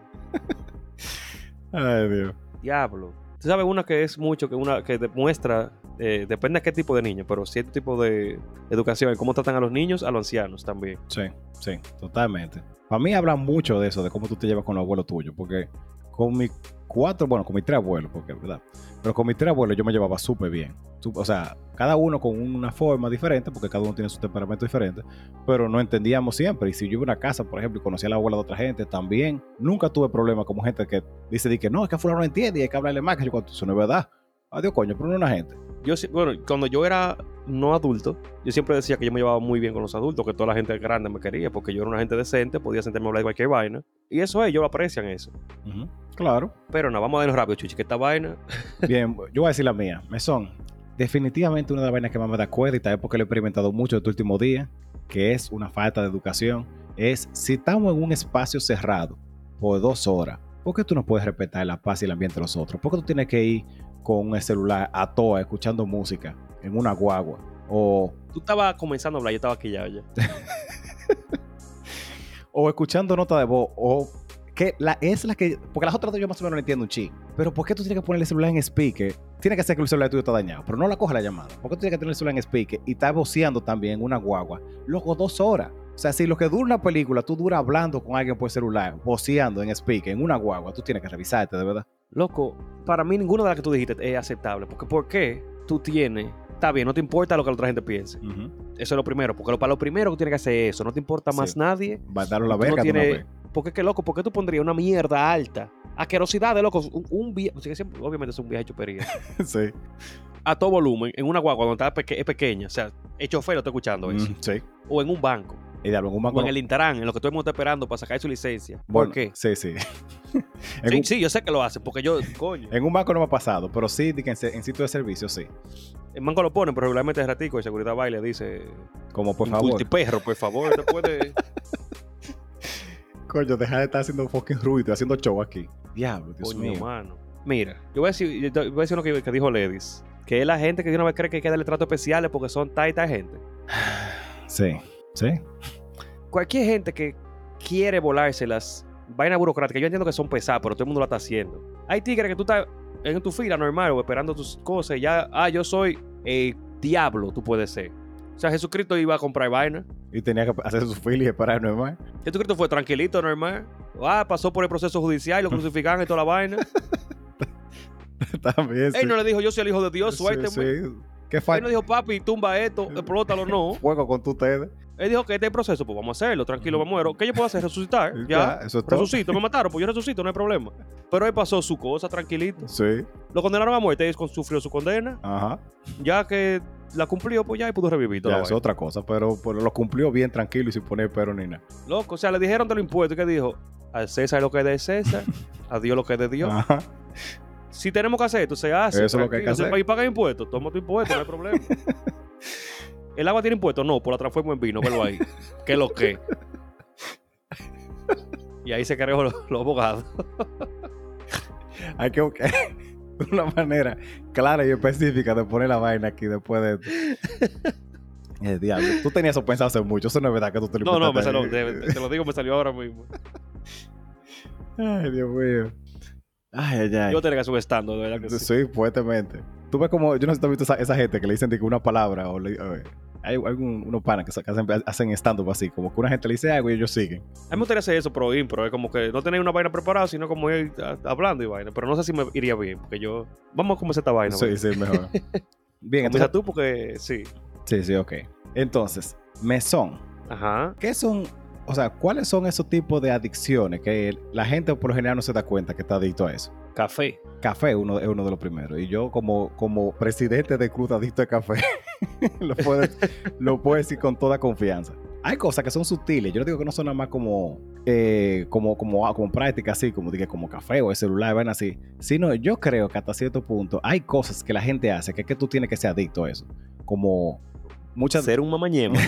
Ay, Dios. Diablo. Tú sabes una que es mucho, que una que demuestra, eh, depende de qué tipo de niño, pero cierto tipo de educación, cómo tratan a los niños, a los ancianos también. Sí, sí, totalmente. Para mí habla mucho de eso, de cómo tú te llevas con los abuelos tuyos, porque con mis cuatro, bueno, con mis tres abuelos, porque es verdad, pero con mis tres abuelos yo me llevaba súper bien. O sea, cada uno con una forma diferente, porque cada uno tiene su temperamento diferente, pero no entendíamos siempre. Y si yo iba a una casa, por ejemplo, y conocía a la abuela de otra gente, también nunca tuve problemas como gente que dice que no, es que fulano no entiende y hay que hablarle más, que yo cuando eso no es verdad. Adiós, coño, pero no es una gente. yo, bueno, cuando yo era no adulto, yo siempre decía que yo me llevaba muy bien con los adultos, que toda la gente grande me quería, porque yo era una gente decente, podía sentarme a hablar de cualquier vaina. Y eso es, ellos lo aprecian eso. Uh-huh. Claro. Pero no, vamos a darnos rápido, Chuchi, que esta vaina... Bien, yo voy a decir la mía. Mesón, definitivamente una de las vainas que más me da cuenta, es porque lo he experimentado mucho estos últimos días, que es una falta de educación, es si estamos en un espacio cerrado por dos horas, ¿por qué tú no puedes respetar la paz y el ambiente de los otros? ¿Por qué tú tienes que ir con el celular a toa escuchando música en una guagua? O tú estabas comenzando a hablar, yo estaba aquí ya, ya. O escuchando nota de voz, o que la, es la que, porque las otras dos yo más o menos no entiendo un chi, pero ¿por qué tú tienes que poner el celular en speaker? Tiene que ser que el celular tuyo está dañado, pero no la coge la llamada. ¿Por qué tú tienes que tener el celular en speaker y estás voceando también en una guagua? Luego dos horas. O sea, si lo que dura una película, tú duras hablando con alguien por celular, voceando en speaker en una guagua, tú tienes que revisarte, de verdad. Loco, para mí ninguna de las que tú dijiste es aceptable, porque ¿por qué tú tienes... Está bien, no te importa lo que la otra gente piense. Uh-huh. Eso es lo primero, porque lo, para lo primero que tienes que hacer es eso. No te importa más sí. nadie. Va a darle la verga. No tiene, porque es que, loco, ¿por qué tú pondrías una mierda alta? Asquerosidad de loco. Un, un viaje, o sea, obviamente es un viaje de chupería. Sí. A todo volumen, en una guagua donde está peque, es pequeña. O sea, el chofer lo está escuchando eso. Mm, sí. O en un banco. Y de algo, en un banco o en el Intran, en lo que todo el mundo está esperando para sacar su licencia. Bueno, ¿por qué? Sí, sí. sí, un, sí, yo sé que lo hacen, porque yo, coño. En un banco no me ha pasado, pero sí, en, en sitio de servicio, sí. En banco lo ponen, pero regularmente es ratico y seguridad baile dice... Como, por favor. Perro, por favor, te puede... Coño, deja de estar haciendo fucking ruido, haciendo show aquí. Diablo, Dios Coño, mío. Mano. Mira, yo voy a decir, yo voy a decir lo que, que dijo Ledis. Que es la gente que de una vez cree que hay que darle tratos especiales porque son tal y tal gente. Sí, sí. Cualquier gente que quiere volarse las vainas burocráticas, yo entiendo que son pesadas, pero todo el mundo la está haciendo. Hay tigres que tú estás en tu fila normal o esperando tus cosas y ya, ah, yo soy el diablo, tú puedes ser. O sea, Jesucristo iba a comprar vaina. Y tenía que hacer su fila y esperar normal. Jesucristo fue tranquilito, normal. Ah, pasó por el proceso judicial, lo crucificaron y toda la vaina. También, sí. Él no le dijo, yo soy el hijo de Dios, suélteme. Sí, sí. ¿Qué falta? Él no dijo, papi, tumba esto, explótalo, no. Fuego con ustedes. Él dijo que este es el proceso, pues vamos a hacerlo, tranquilo, me muero. ¿Qué yo puedo hacer? Resucitar, ya. ya eso es todo. Resucito, me mataron, pues yo resucito, no hay problema. Pero él pasó su cosa, tranquilito. Sí. Lo condenaron a muerte, él sufrió su condena. Ajá. Ya que la cumplió, pues ya y pudo revivir toda ya, la es otra cosa, pero, pero lo cumplió bien tranquilo y sin poner pero ni nada. Loco, o sea, le dijeron de los impuestos, ¿qué dijo? Al César lo que es de César, a Dios lo que es de Dios. Ajá. Si tenemos que hacer esto, se hace. Eso es lo que hay que hacer. Y paga impuestos, toma tu impuesto, no hay problema. ¿El agua tiene impuestos? No, pues la transformo en vino, velo ahí. ¿Qué es lo que? Y ahí se creó los, los abogados. Hay que buscar una manera clara y específica de poner la vaina aquí después de esto. El diablo. Tú tenías eso pensado hace mucho. Eso no es verdad que tú te lo No, no, me salió, te, te lo digo, me salió ahora mismo. Ay, Dios mío. Ay, ay, ay. Yo tenía que hacer un stand, de verdad que sí. Sí, fuertemente. Tú ves como, yo no sé si tú has visto esa, esa gente que le dicen de que una palabra o, le, o hay, hay un, unos panas que, que hacen, hacen stand-up así, como que una gente le dice algo y ellos siguen. A mí me gustaría hacer eso, pero impro, es como que no tener una vaina preparada, sino como ir hablando y vaina, pero no sé si me iría bien, porque yo, vamos a comenzar esta vaina. Sí, vaina. sí, mejor. Bien, comienza entonces tú porque sí. Sí, sí, ok. Entonces, mesón. Ajá. ¿Qué son, o sea, cuáles son esos tipos de adicciones que la gente por lo general no se da cuenta que está adicto a eso? Café. Café uno, es uno de los primeros. Y yo, como, como presidente de Cruz Adicto de Café, lo, puedo, lo puedo decir con toda confianza. Hay cosas que son sutiles. Yo no digo que no son nada más como, eh, como, como, como práctica así, como, diga, como café o el celular, ven así. Sino yo creo que hasta cierto punto hay cosas que la gente hace que es que tú tienes que ser adicto a eso. Como muchas... Ser un mamañema.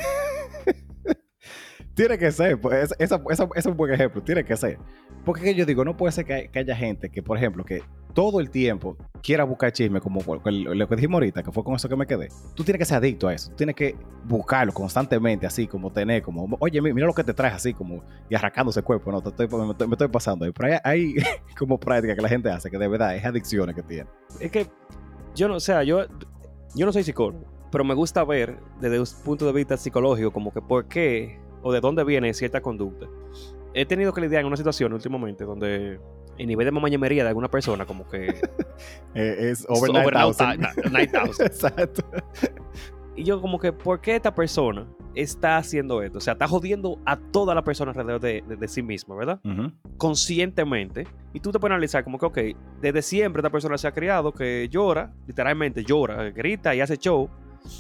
Tiene que ser, pues, esa, esa, esa es un buen ejemplo, tiene que ser. Porque que yo digo, no puede ser que, hay, que haya gente que, por ejemplo, que todo el tiempo quiera buscar chisme, como lo que dijimos ahorita, que fue con eso que me quedé. Tú tienes que ser adicto a eso, tú tienes que buscarlo constantemente, así como tener, como, oye, mira lo que te traes, así como, y arrancándose el cuerpo, no, te estoy, me, estoy, me estoy pasando ahí. Pero hay, hay como práctica que la gente hace, que de verdad es adicciones que tiene. Es que, yo no, o sea, yo, yo no soy psicólogo, pero me gusta ver desde un punto de vista psicológico, como que por qué o de dónde viene cierta conducta. He tenido que lidiar en una situación últimamente donde el nivel de mamañemería de alguna persona como que eh, es over nine thousand. Exacto. Y yo como que, ¿por qué esta persona está haciendo esto? O sea, está jodiendo a toda la persona alrededor de, de, de sí misma, ¿verdad? Uh-huh. Conscientemente. Y tú te puedes analizar como que, ok, desde siempre esta persona se ha criado que llora, literalmente llora, grita y hace show.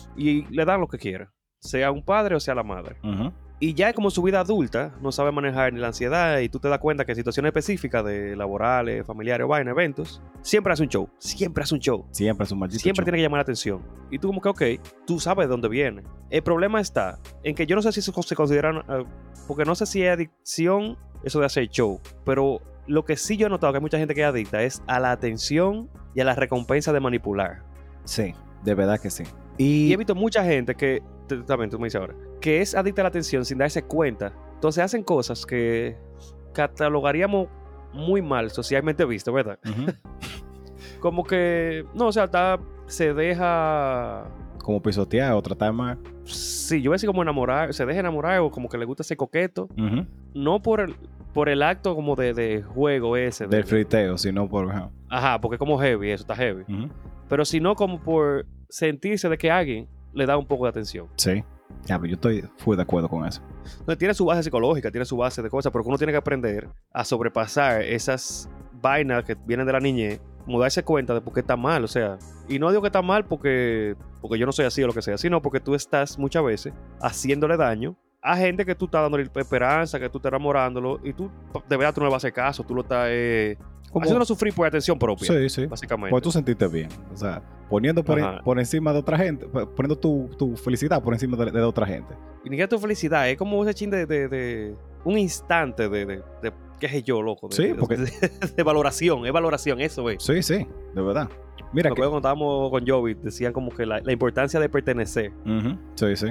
Y le dan lo que quiera. Sea un padre o sea la madre. Uh-huh. Y ya como su vida adulta no sabe manejar ni la ansiedad y tú te das cuenta que en situaciones específicas de laborales, familiares o vaina, eventos, siempre hace un show, siempre hace un show. Siempre es un maldito Siempre show. tiene que llamar la atención. Y tú como que, ok, tú sabes de dónde viene. El problema está en que yo no sé si eso se considera, uh, porque no sé si es adicción eso de hacer show, pero lo que sí yo he notado que hay mucha gente que es adicta es a la atención y a la recompensa de manipular. Sí, de verdad que sí. Y Y, he visto mucha gente que, también tú me dices ahora, que es adicta a la atención sin darse cuenta. Entonces hacen cosas que catalogaríamos muy mal socialmente visto, ¿verdad? uh-huh. Como que, no, o sea, está, se deja... como pisotear o tratar mal. Sí, yo voy a decir como enamorar, se deja enamorar o como que le gusta ser coqueto. Uh-huh. No por el, por el acto como de, de juego ese. De, Del friteo, sino por... Uh-huh. Ajá, porque es como heavy, eso está heavy. Uh-huh. Pero sino como por sentirse de que alguien le da un poco de atención. Sí. Ya, pero yo estoy full de acuerdo con eso. Entonces, tiene su base psicológica, tiene su base de cosas, pero uno tiene que aprender a sobrepasar esas vainas que vienen de la niñez, como darse cuenta de por qué está mal, o sea, y no digo que está mal porque, porque yo no soy así o lo que sea, sino porque tú estás muchas veces haciéndole daño a gente que tú estás dándole esperanza, que tú estás enamorándolo, y tú, de verdad, tú no le vas a hacer caso, tú lo estás eh, haciéndolo sufrir por atención propia. Sí, sí. Básicamente. Pues tú sentiste bien. O sea, poniendo por, en, por encima de otra gente, poniendo tu, tu felicidad por encima de, de otra gente. Y ni que tu felicidad, es como ese chin de, de, de un instante de, de, de qué sé yo, loco. De, sí, porque... De, de, de valoración, es valoración, eso es. Sí, sí, de verdad. Mira que... cuando estábamos con Joey, decían como que la, la importancia de pertenecer. Uh-huh. Sí, sí.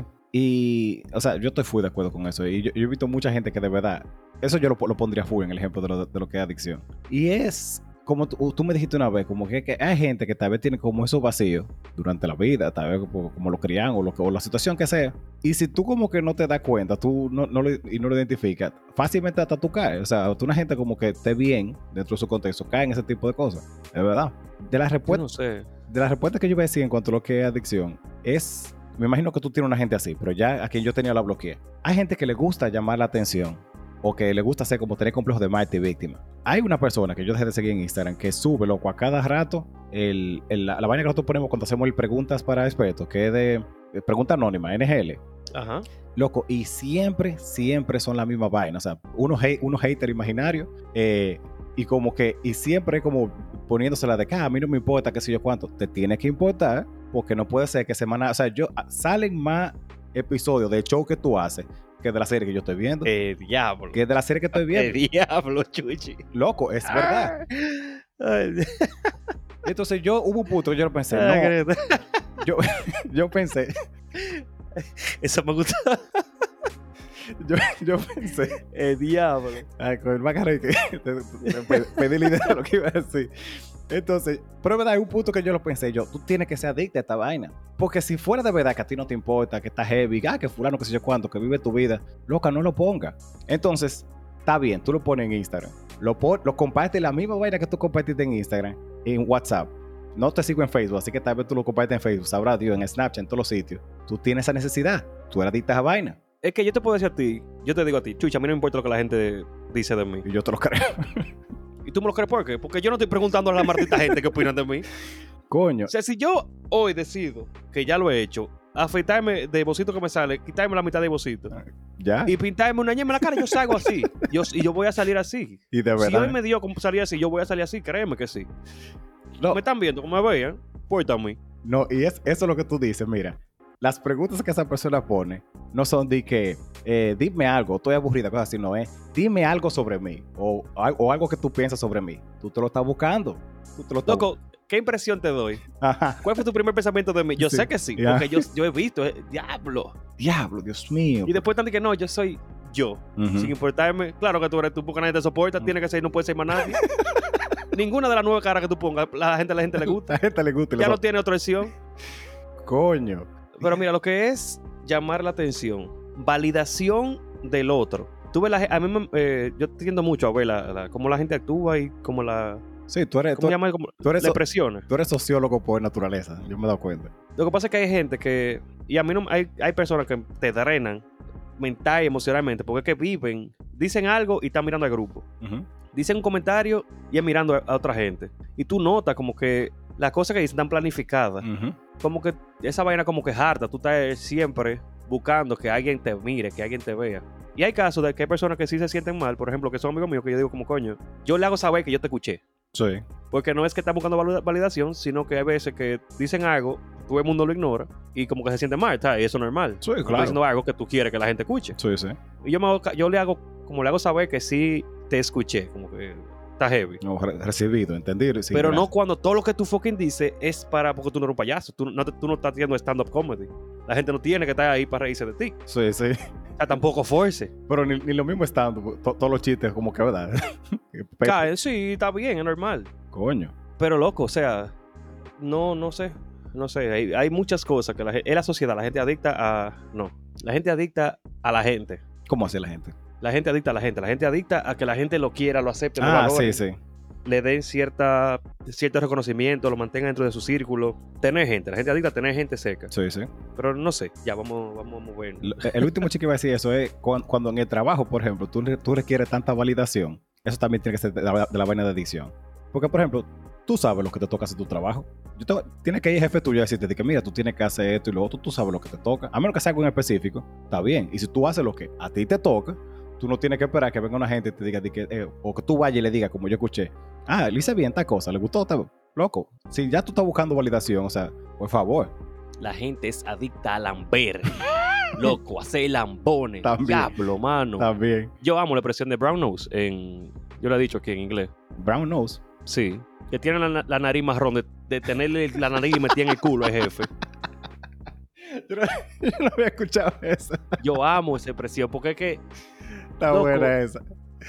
Y, o sea, yo estoy full de acuerdo con eso. Y yo, yo he visto mucha gente que de verdad, eso yo lo, lo pondría full en el ejemplo de lo, de lo que es adicción. Y es, como tú, tú me dijiste una vez, como que, que hay gente que tal vez tiene como esos vacíos durante la vida, tal vez como, como lo crían o, lo que, o la situación que sea. Y si tú como que no te das cuenta, tú no, no lo, y no lo identificas, fácilmente hasta tú caes. O sea, tú una gente como que esté bien dentro de su contexto, cae en ese tipo de cosas. Es verdad. De las respuestas, no sé. de las respuestas que yo voy a decir en cuanto a lo que es adicción, es... Me imagino que tú tienes una gente así, pero ya a quien yo tenía la bloqueé. Hay gente que le gusta llamar la atención o que le gusta hacer como tener complejos de Marte y víctima. Hay una persona que yo dejé de seguir en Instagram que sube, loco, a cada rato el, el, la, la vaina que nosotros ponemos cuando hacemos el preguntas para expertos, que es de, de pregunta anónima, N G L. Ajá. Loco, y siempre, siempre son la misma vaina. O sea, unos, hate, unos haters imaginarios eh, y como que, y siempre como poniéndosela de que ah, a mí no me importa qué sé yo cuánto. Te tiene que importar porque no puede ser que semana, o sea, yo salen más episodios del show que tú haces que de la serie que yo estoy viendo. Eh, diablo. Que de la serie que estoy viendo. Eh, diablo, chuchi. Loco, es verdad. Ay. Entonces yo, hubo un punto que yo lo pensé, no, yo, yo pensé. Eso me gusta. Yo, yo pensé, el diablo. Ay, con el macarrón que te, te, te, pedí la idea de lo que iba a decir. Entonces, pero es verdad, hay un punto que yo lo pensé yo, tú tienes que ser adicta a esta vaina. Porque si fuera de verdad que a ti no te importa, que estás heavy, ah, que fulano, que sé yo cuánto, que vive tu vida, loca, no lo ponga. Entonces, está bien, tú lo pones en Instagram. Lo, pon, lo compartes la misma vaina que tú compartiste en Instagram, en WhatsApp. No te sigo en Facebook, así que tal vez tú lo compartes en Facebook, sabrá Dios, en Snapchat, en todos los sitios. Tú tienes esa necesidad, tú eres adicta a esa vaina. Es que yo te puedo decir a ti, yo te digo a ti, chucha, a mí no me importa lo que la gente dice de mí. Y yo te lo creo. ¿Y tú me lo crees por qué? Porque yo no estoy preguntando a la maldita gente qué opinan de mí. Coño. O sea, si yo hoy decido, que ya lo he hecho, afeitarme de bocito que me sale, quitarme la mitad de bocito. ¿Ya? Y pintarme una ñema en la cara, yo salgo así. Yo, y yo voy a salir así. Y de verdad. Si hoy me dio como salir así, yo voy a salir así, créeme que sí. No. Me están viendo, como me vean, porta a mí. No, y es, eso es lo que tú dices, mira. Las preguntas que esa persona pone no son de que, eh, dime algo, estoy aburrida, cosas así, no es. Dime algo sobre mí o, o algo que tú piensas sobre mí. Tú te lo estás buscando. Tú te lo estás Loco, ¿qué impresión te doy? Ajá. ¿Cuál fue tu primer pensamiento de mí? Yo sí. sé que sí, yeah. porque yo, yo he visto, eh, diablo. Diablo, Dios mío. Y después tanto que no, yo soy yo, uh-huh. sin importarme. Claro que tú eres tú porque nadie te soporta, uh-huh. tiene que ser, no puede ser más nadie. Ninguna de las nueve caras que tú pongas, la gente, la gente le gusta. La gente le gusta. Ya no tiene otra opción. Coño. Pero mira, lo que es llamar la atención, validación del otro. Tú ves la, a mí me, eh, yo tiendo mucho a ver la, la, cómo la gente actúa y cómo la, Sí, tú eres... ¿Cómo Tú, se llama? Como tú eres so- depresiones. tú eres sociólogo por naturaleza, yo me he dado cuenta. Lo que pasa es que hay gente que... Y a mí no... Hay, hay personas que te drenan mental y emocionalmente porque es que viven, dicen algo y están mirando al grupo. Ujú. Dicen un comentario y es mirando a, a otra gente. Y tú notas como que las cosas que dicen están planificadas. Ujú. Como que esa vaina como que es harta. Tú estás siempre buscando que alguien te mire, que alguien te vea. Y hay casos de que hay personas que sí se sienten mal, por ejemplo, que son amigos míos, que yo digo como coño, yo le hago saber que yo te escuché. Sí. Porque no es que están buscando valida- validación, sino que hay veces que dicen algo, todo el mundo lo ignora y como que se siente mal, ¿sabes? Y eso es normal. Sí, No estoy claro. diciendo algo que tú quieres que la gente escuche. Sí, sí. Y yo, me hago ca- yo le hago, como le hago saber que sí te escuché, como que está heavy. No, re- recibido, entendido. Sí, Pero no gracias. cuando todo lo que tú fucking dices es para porque tú no eres un payaso. Tú no, te- tú no estás haciendo stand-up comedy. La gente no tiene que estar ahí para reírse de ti. Sí, sí. O sea, tampoco force. Pero ni, ni lo mismo estando, to- todos los chistes como que, ¿verdad? Pe- Cae, sí, está bien, es normal. Coño. Pero loco, o sea, no, no sé. No sé, hay, hay muchas cosas que la gente, es la sociedad, la gente adicta a... No, la gente adicta a la gente. ¿Cómo hace la gente? La gente adicta a la gente. La gente adicta a que la gente lo quiera, lo acepte, lo Ah, valore. sí, sí. Le den cierta, cierto reconocimiento, lo mantenga dentro de su círculo. Tener gente, la gente adicta a tener gente cerca. Sí, sí. Pero no sé, ya vamos, vamos a movernos. Lo- El último chico que iba a decir eso es cuan- cuando en el trabajo, por ejemplo, tú, re- tú requieres tanta validación. Eso también tiene que ser de la, de la vaina de adicción. Porque, por ejemplo, tú sabes lo que te toca hacer tu trabajo. Yo te- tienes que ir jefe tuyo y decirte de que, mira, tú tienes que hacer esto y lo otro, tú sabes lo que te toca. A menos que sea algo en específico, está bien. Y si tú haces lo que a ti te toca, tú no tienes que esperar que venga una gente y te diga, de que, eh, o que tú vayas y le digas, como yo escuché, ah, le hice bien esta cosa, le gustó, está loco. Si ya tú estás buscando validación, o sea, por favor. La gente es adicta a lamber. Loco, hacer lambones. También. Diablo, mano. También. Yo amo la expresión de brown nose en... Yo lo he dicho aquí en inglés. Brown nose. Sí. Que tiene la, la nariz marrón de, de tenerle la nariz metida en el culo al jefe. Yo no, yo no había escuchado eso. Yo amo esa expresión porque es que Está Loco. buena esa.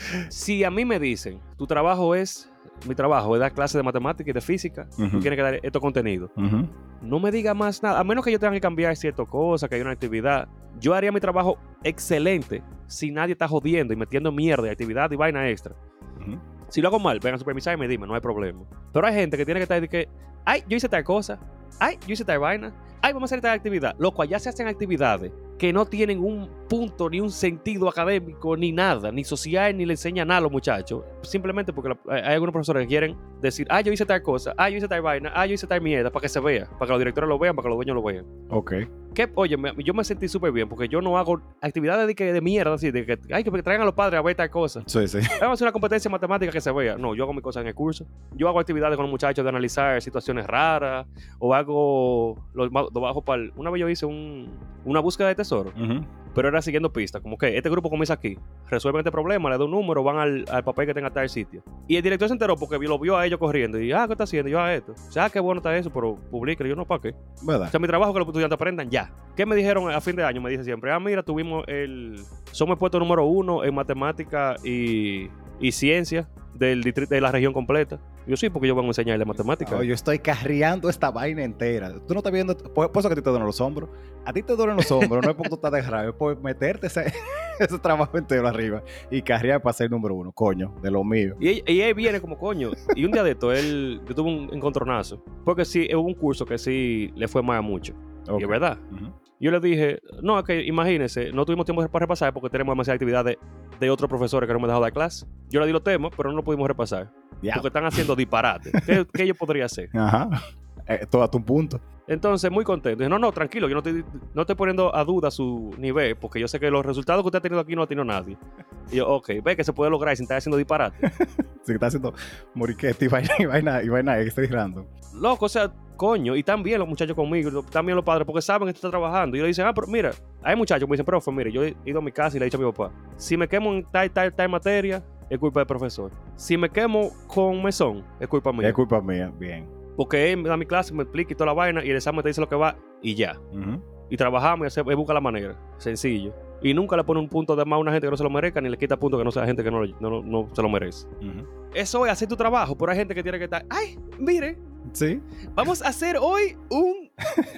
si a mí me dicen, tu trabajo es, mi trabajo es dar clases de matemática y de física, Ujú. tú tienes que dar estos contenidos. Ujú. No me diga más nada, a menos que yo tenga que cambiar ciertas cosas, que hay una actividad. Yo haría mi trabajo excelente si nadie está jodiendo y metiendo mierda y actividad y vaina extra. Ujú. Si lo hago mal, vengan a supervisar y me dime, no hay problema. Pero hay gente que tiene que estar de que, ay, yo hice tal cosa, ay, yo hice tal vaina, ay, vamos a hacer tal actividad. Loco, allá se hacen actividades que no tienen un punto ni un sentido académico ni nada, ni social, ni le enseñan nada a los muchachos. Simplemente porque la- hay algunos profesores que quieren decir, ah, yo hice tal cosa, ah, yo hice tal vaina, ah, yo hice tal mierda, para que se vea, para que los directores lo vean, para que los dueños lo vean. Ok. Que, oye, me- yo me sentí súper bien porque yo no hago actividades de, que, de mierda, así, de que, ay, que traigan a los padres a ver tal cosa. Sí, sí. Vamos a hacer una competencia matemática que se vea. No, yo hago mis cosas en el curso. Yo hago actividades con los muchachos de analizar situaciones raras. O hago. Lo, lo bajo para. Una vez yo hice un, una búsqueda de tesoro. Ujú. Pero era siguiendo pistas. Como que este grupo comienza aquí. Resuelven este problema, le da un número, van al, al papel que tenga tal sitio. Y el director se enteró porque lo vio a ellos corriendo. Y, ah, ¿qué está haciendo? Y yo, a esto. O sea, ah, qué bueno está eso, pero publíquelo. Yo, no, ¿para qué? O ¿Verdad? sea, mi trabajo es que los estudiantes aprendan ya. ¿Qué me dijeron a fin de año? Me dice siempre, ah, mira, tuvimos el... Somos el puesto número uno en matemática y, y ciencia del distrito de la región completa. Yo sí, porque yo vengo a enseñarle matemática. Oh, yo estoy carreando esta vaina entera. Tú no estás viendo, por, por eso que a ti te duelen los hombros. A ti te duelen los hombros, no es porque tú estás de rabia, es por meterte ese, ese trabajo entero arriba y carrear para ser número uno, coño, de lo mío. Y, él- y él viene como coño. Y un día de esto, él, yo tuve un encontronazo. Porque sí, hubo un curso que sí le fue mal a mucho. Ok. Y es verdad. Ujú. Yo le dije, no, es que imagínense, no tuvimos tiempo para repasar porque tenemos demasiadas actividades de otros profesores que no me han dejado dar clase. Yo le di los temas, pero no lo pudimos repasar. Diablo. Porque están haciendo disparates. ¿Qué, qué yo podría hacer? Ajá. Eh, todo a tu punto. Entonces, muy contento. Dije, no, no, tranquilo, yo no estoy, no estoy poniendo a duda su nivel, porque yo sé que los resultados que usted ha tenido aquí no lo ha tenido nadie. Y yo, ok, ve que se puede lograr sin estar haciendo disparate. Si está haciendo moriquete y vaina y vaina y vaina extra y random. Loco, o sea, coño, y también los muchachos conmigo, lo- también los padres, porque saben que tú estás trabajando. Y le dicen, ah, pero mira, hay muchachos que me dicen, profe, mire, yo he ido a mi casa y le he dicho a mi papá, si me quemo en tal, tal, tal materia, es culpa del profesor. Si me quemo con mesón, es culpa mía. Es culpa mía. Bien. Porque él me da mi clase, me explica y toda la vaina, y el examen te dice lo que va, y ya. Ujú. Y trabajamos y hace- él busca la manera. Sencillo. Y nunca le pone un punto de más a una gente que no se lo merezca, ni le quita punto que no sea gente que no, lo- no, no se lo merece. Ujú. Eso es hacer tu trabajo, pero hay gente que tiene que estar, ay, mire, Sí. vamos a hacer hoy un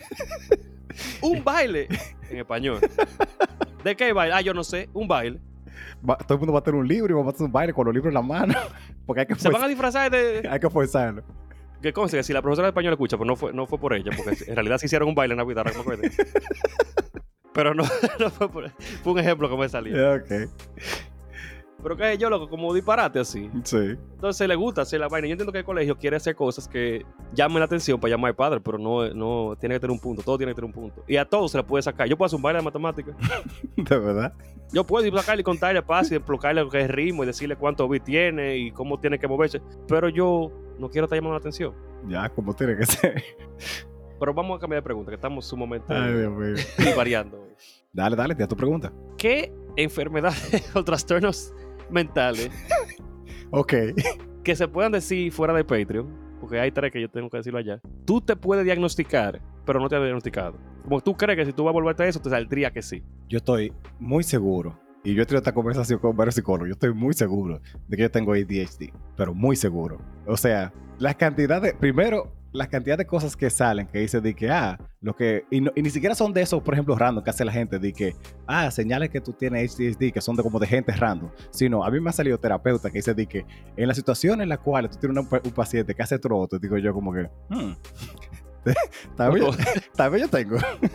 un baile en español. ¿De qué baile? Ah, yo no sé, un baile. Va- todo el mundo va a tener un libro y vamos a hacer un baile con los libros en la mano. Porque hay que, Se van a forz- disfrazar de... hay que forzarlo. Que conste que si la profesora de español escucha, pues no fue, no fue por ella, porque en realidad sí hicieron un baile en Navidad, ahora que me acuerdo. Pero no, no fue por... Fue un ejemplo que me salió. Ok. Pero que yo, loco, como disparate así. Sí. Entonces le gusta hacer la vaina. Yo entiendo que el colegio quiere hacer cosas que llamen la atención para llamar al padre, pero no, no tiene que tener un punto. Todo tiene que tener un punto. Y a todos se le puede sacar. Yo puedo hacer un baile de matemáticas. De verdad. Yo puedo ir a sacarle y contarle paso y explicarle lo que es ritmo y decirle cuánto beat tiene y cómo tiene que moverse. Pero yo no quiero estar llamando la atención. Ya, como tiene que ser. Pero vamos a cambiar de pregunta, que estamos sumamente Ay, Dios mío. variando. Dale, dale, tira tu pregunta. ¿Qué enfermedades o trastornos mentales Ok. que se puedan decir fuera de Patreon, porque hay tres que yo tengo que decirlo allá, tú te puedes diagnosticar, pero no te has diagnosticado? Como tú crees que si tú vas a volverte a eso, te saldría que sí. Yo estoy muy seguro, y yo he tenido esta conversación con varios psicólogos, yo estoy muy seguro de que yo tengo A D H D, pero muy seguro. O sea, las cantidades, primero, la cantidad de cosas que salen que dice de que, ah, lo que, y, no- y ni siquiera son de esos, por ejemplo, random que hace la gente, de que, ah, señales que tú tienes A D H D, que son de como de gente random, sino, a mí me ha salido terapeuta que dice de que, en las situaciones en las cuales tú tienes una- un paciente que hace otro otro, digo yo como que, hmm, tal vez, tal vez yo tengo.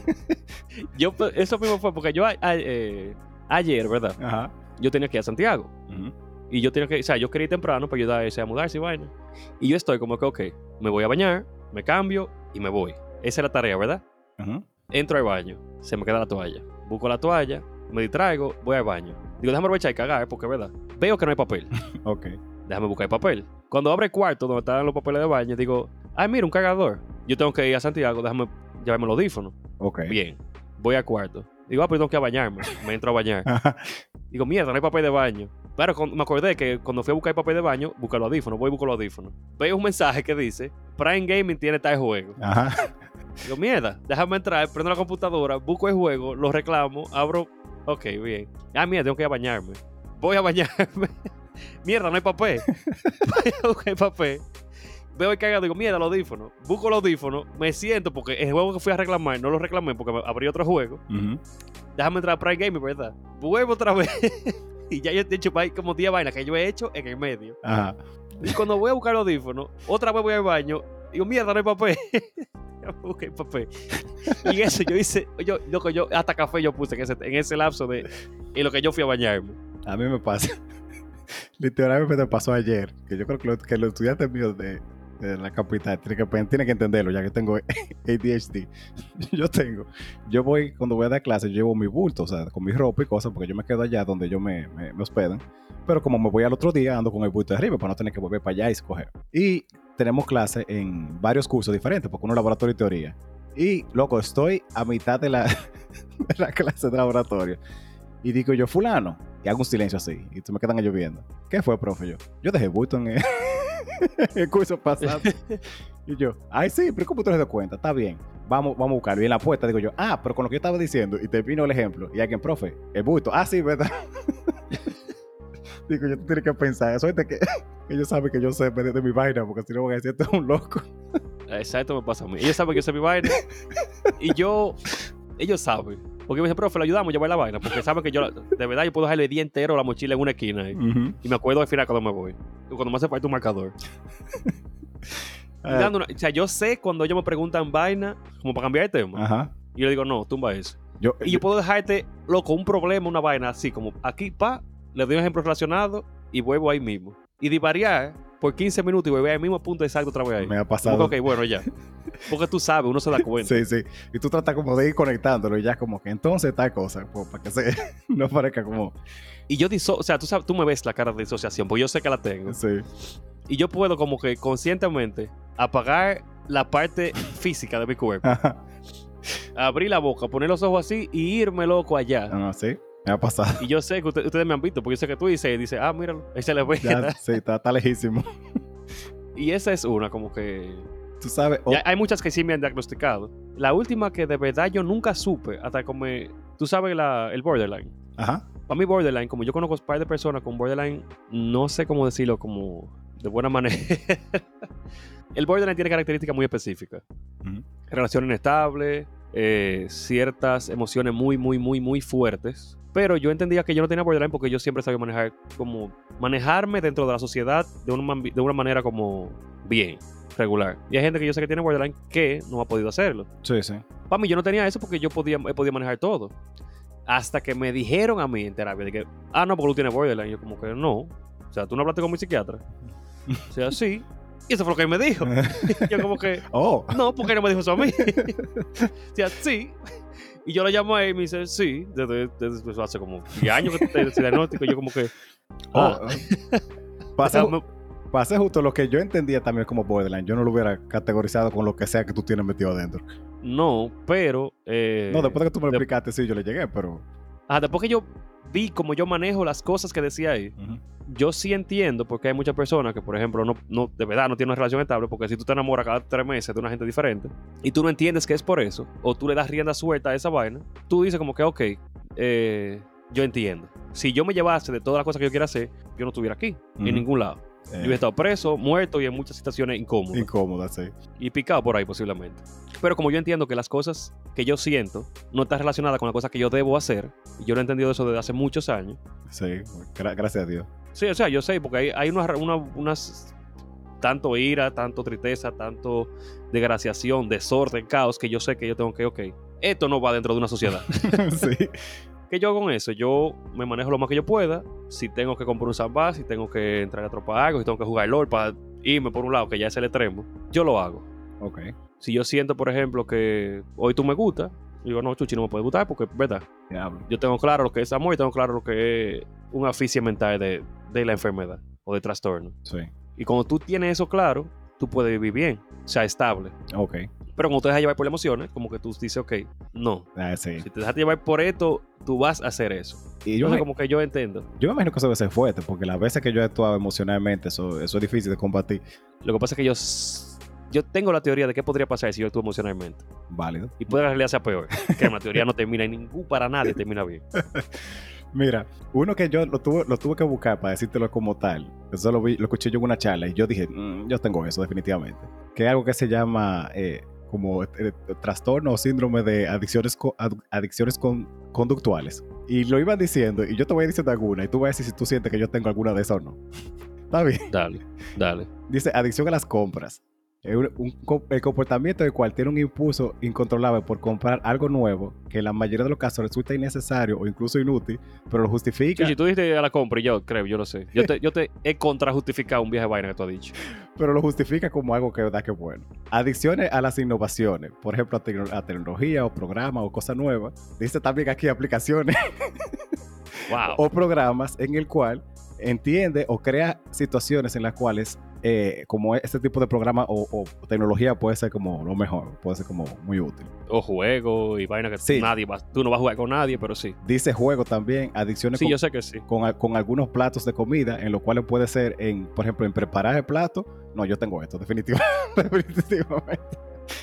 Yo, pues, eso mismo fue porque yo a- a- eh, ayer, ¿verdad? Ajá. Yo tenía que ir a Santiago. Ujú. Y yo tenía que, o sea, yo quería ir temprano para ayudar a ese a mudarse y vaina. Y yo estoy como que, ok, me voy a bañar, me cambio y me voy. Esa es la tarea, ¿verdad? Ujú. Entro al baño, se me queda la toalla. Busco la toalla, me distraigo, voy al baño. Digo, déjame aprovechar y cagar, porque, ¿verdad? Veo que no hay papel. Ok. Déjame buscar el papel. Cuando abre el cuarto donde están los papeles de baño, digo, ay, mira, un cagador. Yo tengo que ir a Santiago, déjame llevarme los audífonos. Ok. Bien, voy al cuarto. Digo, ah, pero tengo que ir a bañarme. Me entro a bañar. Ajá. Digo, mierda, no hay papel de baño. Pero con- me acordé que cuando fui a buscar el papel de baño, buscar los audífonos, voy y busco los audífonos. Veo un mensaje que dice, Prime Gaming tiene tal juego. Ajá. Digo, mierda, déjame entrar, prendo la computadora, busco el juego, lo reclamo, abro. Ok, bien. Ah, mierda, tengo que ir a bañarme. Voy a bañarme. Mierda, no hay papel. Voy a buscar el papel. Veo el cagado, digo, mierda, los audífonos. Busco los audífonos, me siento porque el juego que fui a reclamar no lo reclamé porque me abrí otro juego. Ujú. Déjame entrar a Prime Gaming, ¿verdad? Vuelvo otra vez. Y ya yo he hecho pa- como diez vainas que yo he hecho en el medio. Ajá. Y cuando voy a buscar los audífonos, otra vez voy al baño. Digo, mierda, no hay papel. Busqué el papel. Y eso yo hice, yo, loco, yo hasta café yo puse en ese, en ese lapso de en lo que yo fui a bañarme. A mí me pasa. Literalmente me pasó ayer. Que yo creo que, lo- que los estudiantes míos de, de la capital tienen que, tienen que entenderlo, ya que tengo A D H D. Yo tengo. Yo voy, cuando voy a dar clases, yo llevo mi bulto, o sea, con mi ropa y cosas, porque yo me quedo allá donde yo me, me, me hospedan. Pero como me voy al otro día, ando con el bulto de arriba para no tener que volver para allá y escoger. Y tenemos clases en varios cursos diferentes, porque uno es laboratorio y teoría. Y, loco, estoy a mitad de la, de la clase de laboratorio. Y digo yo, fulano, y hago un silencio así, y se me quedan ellos viendo. ¿Qué fue, profe? Yo, yo dejé bulto en el, el curso pasado. Y yo, ay, sí, pero ¿cómo tú te das cuenta? Está bien, vamos, vamos a buscarlo. Y en la puerta digo yo, ah, pero con lo que yo estaba diciendo, y te vino el ejemplo, y alguien, profe, el bulto, ah, sí, ¿verdad? Digo, yo tengo que pensar, suerte que ellos saben que yo sé de, de mi vaina, porque si no van a decir, esto es un loco. Exacto, me pasa a mí. Ellos saben que yo sé mi vaina. Y yo, ellos saben. Porque me dicen, profe, le ayudamos a llevar la vaina. Porque saben que yo, de verdad, yo puedo dejarle el día entero la mochila en una esquina. ahí. Uh-huh. Y me acuerdo al final cuando me voy. Cuando me hace falta un marcador. Y dando una- o sea, yo sé cuando ellos me preguntan vaina, como para cambiar de tema. Ajá. Y yo le digo, no, tumba eso. Yo, Y yo puedo dejarte, loco, un problema, una vaina así, como aquí, pa, le doy un ejemplo relacionado y vuelvo ahí mismo. Y divariar por quince minutos y volver al mismo punto exacto otra vez ahí. me ha Como pasado. que, ok, bueno, ya. Porque tú sabes, uno se da cuenta. Sí, sí. Y tú tratas como de ir conectándolo y ya como que entonces tal cosa, pues, para que se no parezca como... Y yo diso, o sea, tú sabes, tú me ves la cara de disociación, pues yo sé que la tengo. Sí. Y yo puedo como que conscientemente apagar la parte física de mi cuerpo, Ajá. abrir la boca, poner los ojos así y irme loco allá. No, no, sí. Me ha pasado. Y yo sé que usted- ustedes me han visto, porque yo sé que tú dices, dice, ah, míralo, ahí se le ve. Ya, sí, está, está lejísimo. Y esa es una, como que... Tú sabes... oh, Ya hay muchas que sí me han diagnosticado. La última que de verdad yo nunca supe, hasta como... Tú sabes la, el borderline. Ajá. Para mí borderline, como yo conozco un par de personas con borderline, no sé cómo decirlo como de buena manera. El borderline tiene características muy específicas. Ujú. Relación inestable, eh, ciertas emociones muy, muy, muy, muy fuertes. Pero yo entendía que yo no tenía borderline porque yo siempre sabía manejar como manejarme dentro de la sociedad de una, de una manera como bien, regular. Y hay gente que yo sé que tiene borderline que no ha podido hacerlo. Sí, sí. Para mí yo no tenía eso porque yo podía, he podido manejar todo. Hasta que me dijeron a mí en terapia de que, ah, no, porque tú tienes borderline. Y yo como que no. O sea, ¿tú no hablaste con mi psiquiatra? O sea, sí. Y eso fue lo que él me dijo. Yo como que, oh. no, porque no me dijo eso a mí. O sea, sí. Y yo lo llamo a él y me dice, sí, desde, desde, desde hace como diez años que te ese diagnóstico. Y yo como que, ah. Oh. Pasa, pasa justo lo que yo entendía también como borderline. Yo no lo hubiera categorizado con lo que sea que tú tienes metido adentro. No, pero... Eh, no, después de que tú me lo de, explicaste, sí, yo le llegué, pero... Ah, después que yo vi cómo yo manejo las cosas que decía ahí, uh-huh. yo sí entiendo porque hay muchas personas que, por ejemplo, no, no de verdad no tienen una relación estable, porque si tú te enamoras cada tres meses de una gente diferente y tú no entiendes que es por eso, o tú le das rienda suelta a esa vaina, tú dices como que, ok, eh, yo entiendo. Si yo me llevase de todas las cosas que yo quiera hacer, yo no estuviera aquí, uh-huh. en ningún lado. Eh. Yo hubiera estado preso, muerto y en muchas situaciones incómodas. Incómodas, sí. Y picado por ahí posiblemente. Pero como yo entiendo que las cosas que yo siento no están relacionadas con las cosas que yo debo hacer, y yo lo he entendido eso desde hace muchos años. Sí, gra- gracias a Dios. Sí, o sea, yo sé, porque hay, hay una, una, unas... tanto ira, tanto tristeza, tanto desgraciación, desorden, caos, que yo sé que yo tengo que, ok, esto no va dentro de una sociedad. Sí. ¿Qué yo hago con eso? Yo me manejo lo más que yo pueda. Si tengo que comprar un sandbag, si tengo que entrar a tropar algo, si tengo que jugar LOL para irme por un lado, que ya es el extremo, yo lo hago. Ok. Si yo siento, por ejemplo, que hoy tú me gustas, digo, no, Chuchi, no me puede gustar porque, ¿verdad? Diablo. Yo tengo claro lo que es amor y tengo claro lo que es una asfixia mental de, de la enfermedad o de trastorno. Sí. Y cuando tú tienes eso claro, tú puedes vivir bien, o sea, estable. Ok. Pero cuando te dejas llevar por las emociones, como que tú dices, ok, no. Ah, sí. Si te dejas llevar por esto, tú vas a hacer eso. Y yo Entonces, me, como que yo entiendo. Yo me imagino que eso debe ser fuerte, porque las veces que yo he actuado emocionalmente, eso, eso es difícil de combatir. Lo que pasa es que yo, yo tengo la teoría de qué podría pasar si yo actúo emocionalmente. Válido. Y puede que la realidad sea peor. Que la teoría no termina en ningún para nadie, termina bien. Mira, uno que yo lo tuve, lo tuve que buscar para decírtelo como tal. Eso lo, vi, lo escuché yo en una charla y yo dije, mmm, yo tengo eso definitivamente. Que es algo que se llama... Eh, como eh, trastorno o síndrome de adicciones, co- ad- adicciones con, conductuales. Y lo iban diciendo, y yo te voy a decir alguna, y tú vas a decir si tú sientes que yo tengo alguna de esas o no. ¿Está bien? Dale, dale. Dice, adicción a las compras. Un, un, el comportamiento del cual tiene un impulso incontrolable por comprar algo nuevo que en la mayoría de los casos resulta innecesario o incluso inútil, pero lo justifica. Sí, si tú dijiste a la compra y yo creo, yo lo sé. Yo te, yo te he contrajustificado un viaje de vaina que tú has dicho. Pero lo justifica como algo que da que bueno. Adicciones a las innovaciones, por ejemplo, a, te- a tecnología o programas o cosas nuevas. Dice también aquí aplicaciones wow. o programas en el cual entiende o crea situaciones en las cuales eh, como este tipo de programa o, o tecnología puede ser como lo mejor, puede ser como muy útil. O juego y vaina que sí. nadie va, tú no vas a jugar con nadie, pero sí. Dice juego también, adicciones sí, con, yo sé que sí. con, con algunos platos de comida, en los cuales puede ser, en, por ejemplo, en preparar el plato. No, yo tengo esto, definitivamente. definitivamente.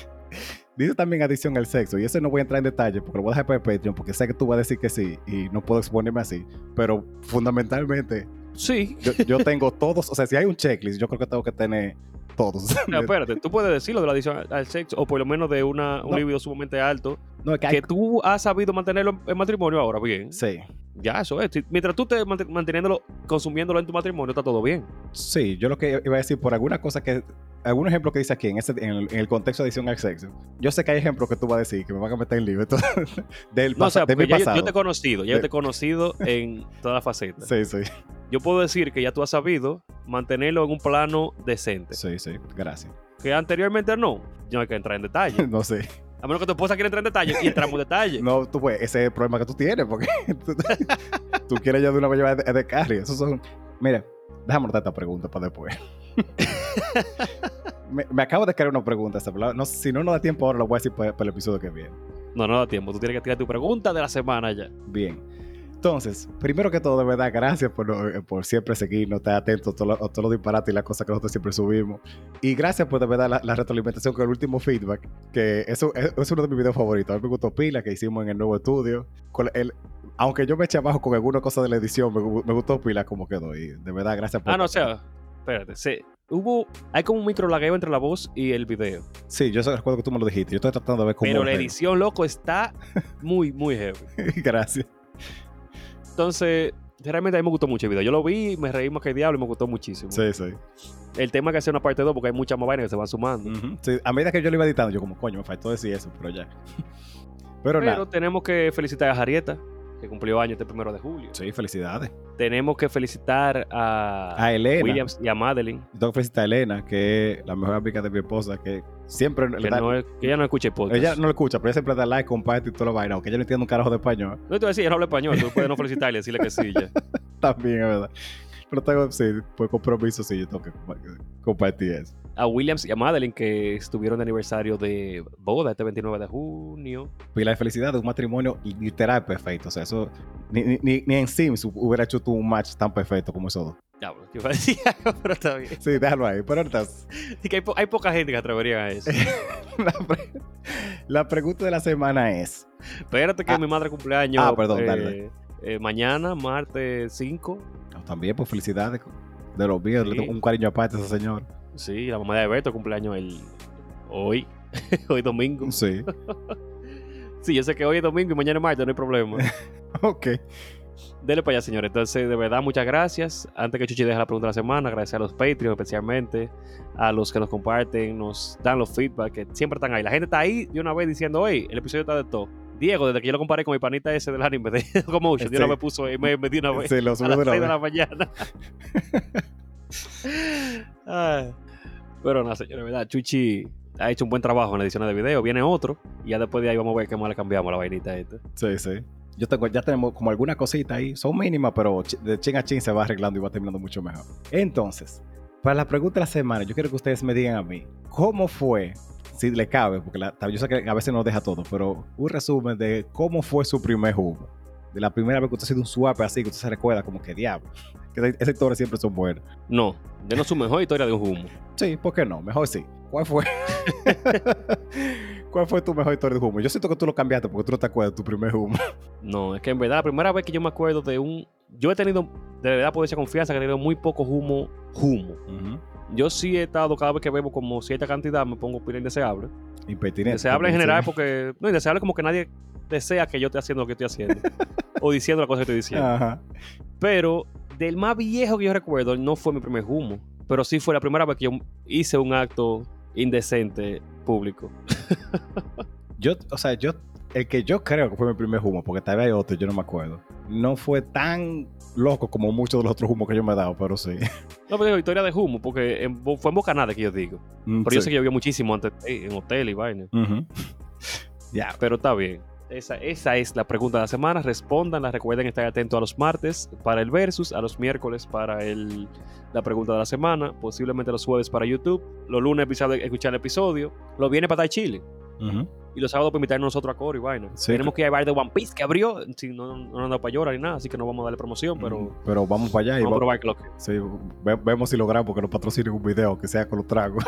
Dice también adicción al sexo, y eso no voy a entrar en detalle porque lo voy a dejar para el Patreon, porque sé que tú vas a decir que sí y no puedo exponerme así, pero fundamentalmente sí. yo, yo tengo todos, o sea, si hay un checklist, yo creo que tengo que tener todos. No, espérate, tú puedes decirlo de la adicción al sexo, o por lo menos de una, un no. libido sumamente alto, no, que, hay... que tú has sabido mantenerlo en matrimonio ahora, bien. Sí. Ya, eso es. Mientras tú estés manteniéndolo, consumiéndolo en tu matrimonio, está todo bien. Sí, yo lo que iba a decir, por alguna cosa que... algún ejemplo que dice aquí, en, ese, en, el, en el contexto de adicción al sexo. Yo sé que hay ejemplos que tú vas a decir que me van a meter en lío. Entonces, del no, o sea, de mi ya pasado. Yo, yo te he conocido, ya de... yo te he conocido en todas las facetas. Sí, sí. Yo puedo decir que ya tú has sabido mantenerlo en un plano decente. Sí, sí, gracias. Que anteriormente no, no hay que entrar en detalle. No sé. A menos que tu esposa quiera entrar en detalle y entramos en detalle. No, tú pues, ese es el problema que tú tienes, porque tú, tú quieres ya de una vez llevar de, de carry. Esos son... Mira, déjame anotar esta pregunta para después. me, me acabo de crear una pregunta. No, si no nos da tiempo ahora, lo voy a decir para, para el episodio que viene. No, no da tiempo. Tú tienes que tirar tu pregunta de la semana ya. Bien. Entonces, primero que todo, de verdad, gracias por, por siempre seguirnos, estar atentos a todos los todo lo disparates y las cosas que nosotros siempre subimos. Y gracias por, de verdad, la, la retroalimentación con el último feedback, que eso es, es uno de mis videos favoritos. A mí me gustó pila, que hicimos en el nuevo estudio. Con el, aunque yo me eché abajo con alguna cosa de la edición, me, me gustó pila como quedó. Y de verdad, gracias por... Ah, no, o sea, espérate, sí. Hubo, hay como un micro lagueo entre la voz y el video. Sí, yo recuerdo que tú me lo dijiste. Yo estoy tratando de ver cómo... Pero la edición, loco, está muy, muy heavy. Gracias. Entonces, realmente a mí me gustó mucho el video. Yo lo vi, me reí más que el diablo y me gustó muchísimo. Sí, sí. El tema es que hacer una parte dos porque hay muchas más vainas que se van sumando. Uh-huh. Sí, a medida que yo lo iba editando, yo como, coño, me faltó decir eso, pero ya. pero, Pero nada. tenemos que felicitar a Jarieta, que cumplió años este primero de julio. Sí, felicidades. Tenemos que felicitar a, a Elena. Williams y a Madeline. Yo tengo que felicitar a Elena, que es la mejor amiga de mi esposa, que siempre... Que, le da, no es, que ella no escucha el podcast. Ella no lo escucha, pero ella siempre da like, comparte y todo lo vaina, aunque ella no entiende un carajo de español. No te voy a decir, ella no habla español, tú puedes no felicitarle y decirle que sí ya. También, es verdad. Pero tengo, sí, por compromiso, sí, yo tengo que compartir eso. A Williams y a Madeline, que estuvieron de aniversario de boda este veintinueve de junio. Pila de felicidad de un matrimonio literal perfecto. O sea, eso ni, ni, ni en Sims hubiera hecho tú un match tan perfecto como esos dos. Diablo, yo iba a decir algo, pero está bien. Sí, déjalo ahí. Pero ahorita... Es que hay, po- hay poca gente que atrevería a eso. la, pre- la pregunta de la semana es... Espérate que Ah. mi madre cumpleaños. Ah, perdón, eh, dale. eh, mañana, martes cinco. También, pues, felicidades de los míos. Sí. Le tengo un cariño aparte a ese señor. Sí, la mamá de Alberto cumpleaños el hoy. Hoy domingo. Sí. Sí, yo sé que hoy es domingo y mañana es martes, no hay problema. Ok. Dele para allá, señores. Entonces, de verdad, muchas gracias. Antes que Chuchi deje la pregunta de la semana, agradecer a los Patreons especialmente, a los que nos comparten, nos dan los feedback, que siempre están ahí. La gente está ahí de una vez diciendo, oye, el episodio está de todo. Diego, desde que yo lo comparé con mi panita ese del anime de Locomotion, de Sí. una vez puso y me, me dio una vez. Sí, lo A subo las de una seis de vez. la mañana. Ay. Pero no, señores, ¿verdad? Chuchi ha hecho un buen trabajo en la edición de video. Viene otro. Y ya después de ahí vamos a ver qué más le cambiamos a la vainita esta. Sí, sí. Yo tengo, ya tenemos como alguna cosita ahí. Son mínimas, pero ch- de chin a chin se va arreglando y va terminando mucho mejor. Entonces, para la pregunta de la semana, yo quiero que ustedes me digan a mí, ¿cómo fue, si le cabe, porque la, yo sé que a veces nos deja todo, pero un resumen de cómo fue su primer humo? De la primera vez que usted ha sido un swap así, que usted se recuerda como que diablo. Que esas historias siempre son buenas. No, denos su mejor historia de un humo. Sí, ¿por qué no? Mejor sí. ¿Cuál fue? ¿Cuál fue tu mejor historia de humo? Yo siento que tú lo cambiaste porque tú no te acuerdas de tu primer humo. No, es que en verdad, la primera vez que yo me acuerdo de un... Yo he tenido, de verdad, por esa confianza, que he tenido muy poco humo, humo. Uh-huh. Yo sí he estado, cada vez que bebo como cierta cantidad, me pongo pila indeseable. Impertinente. Indeseable en también, general sí. porque... No, indeseable como que nadie desea que yo esté haciendo lo que estoy haciendo. O diciendo la cosa que estoy diciendo. Ajá. Pero del más viejo que yo recuerdo, no fue mi primer humo. Pero sí fue la primera vez que yo hice un acto indecente público. Yo, o sea, yo, el que yo creo que fue mi primer humo, porque tal vez hay otro, yo no me acuerdo. No fue tan loco como muchos de los otros humos que yo me he dado, pero sí. No, pero digo, historia de humo, porque en, fue en Bocanada que yo digo. Mm, Pero yo sí. sé que yo vi muchísimo antes eh, en hotel y vaina. Ujú. Ya. Pero está bien. Esa, esa es la pregunta de la semana. Respóndanla. Recuerden estar atentos a los martes para el versus, a los miércoles para el, la pregunta de la semana, posiblemente los jueves para YouTube, los lunes empezar a escuchar el episodio, los viernes para estar chile Ujú. y los sábados para invitarnos nosotros a coro y vaina. Sí, Tenemos que- que ir al bar de One Piece que abrió. Sí, no, no nos han dado para llorar ni nada, así que no vamos a darle promoción, pero Mm, pero vamos para allá y vamos a va- probar que lo que. sí, ve- vemos si logramos que nos patrocinen un video que sea con los tragos.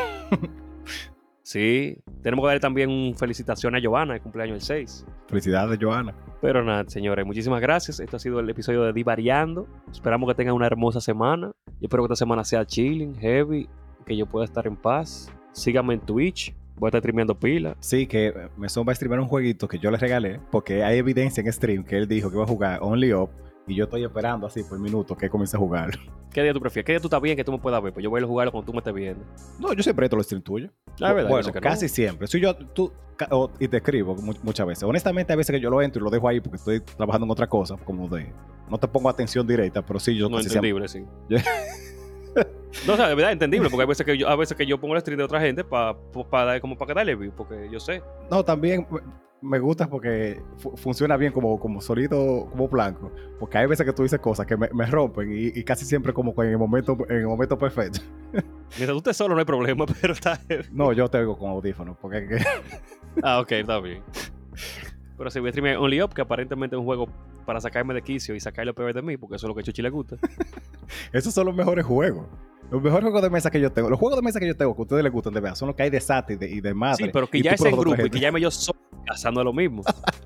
Sí, tenemos que darle también un felicitación a Giovanna, el cumpleaños el seis. Felicidades, Joana. Pero nada, señores, muchísimas gracias. Esto ha sido el episodio de Divariando. Esperamos que tengan una hermosa semana. Yo espero que esta semana sea chilling, heavy, que yo pueda estar en paz. Síganme en Twitch. Voy a estar streameando pila. Sí, que Mesón va a streamar un jueguito que yo le regalé, porque hay evidencia en stream que él dijo que iba a jugar Only Up, y yo estoy esperando así por minutos que comience a jugar. ¿Qué día tú prefieres? ¿Qué día tú estás bien que tú me puedas ver? Pues yo voy a ir a jugarlo cuando tú me estés viendo. No, yo siempre entro los streams tuyos. Ah, es verdad, yo Bueno, sé que no. casi siempre. Soy yo, tú, ca- o- y te escribo mu- muchas veces. Honestamente, hay veces que yo lo entro y lo dejo ahí porque estoy trabajando en otra cosa, como de... No te pongo atención directa, pero sí, yo No, casi siempre... entendible, sí. No, o sea, de verdad, entendible, porque hay veces que yo, a veces que yo pongo el stream de otra gente para pa, como para darle view, porque yo sé. No, también me- me gusta porque fu- funciona bien como, como solito, como blanco. Porque hay veces que tú dices cosas que me, me rompen y, y casi siempre como en el momento, en el momento perfecto. Mientras tú estés solo no hay problema, pero está... No, yo te oigo con audífonos, porque es que... Ah, ok, está bien. Pero si voy a streamear Only Up, que aparentemente es un juego para sacarme de quicio y sacar lo peor de mí, porque eso es lo que a Chuchi le gusta. esos son los mejores juegos. Los mejores juegos de mesa que yo tengo. Los juegos de mesa que yo tengo que a ustedes les gustan de verdad son los que hay de S A T y de, y de madre. Sí, pero que y ya tú es por en otra grupo y gente. que ya me yo solo cazando lo mismo.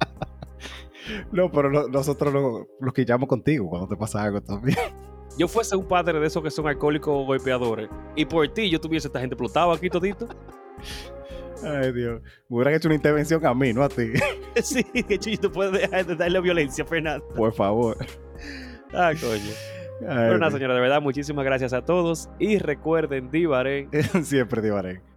No, pero no- nosotros los lo que llamo contigo cuando te pasa algo también. Yo fuese un padre de esos que son alcohólicos o golpeadores, y por ti yo tuviese esta gente explotado aquí todito. Ay, Dios. Me hubieran hecho una intervención a mí, no a ti. Sí, que Chuchi, tú puedes dejar de darle violencia, Fernando. Por favor. Ah, coño. Ay, Pero nada, Dios. señora, de verdad, muchísimas gracias a todos. Y recuerden, Divaré. Siempre divaré.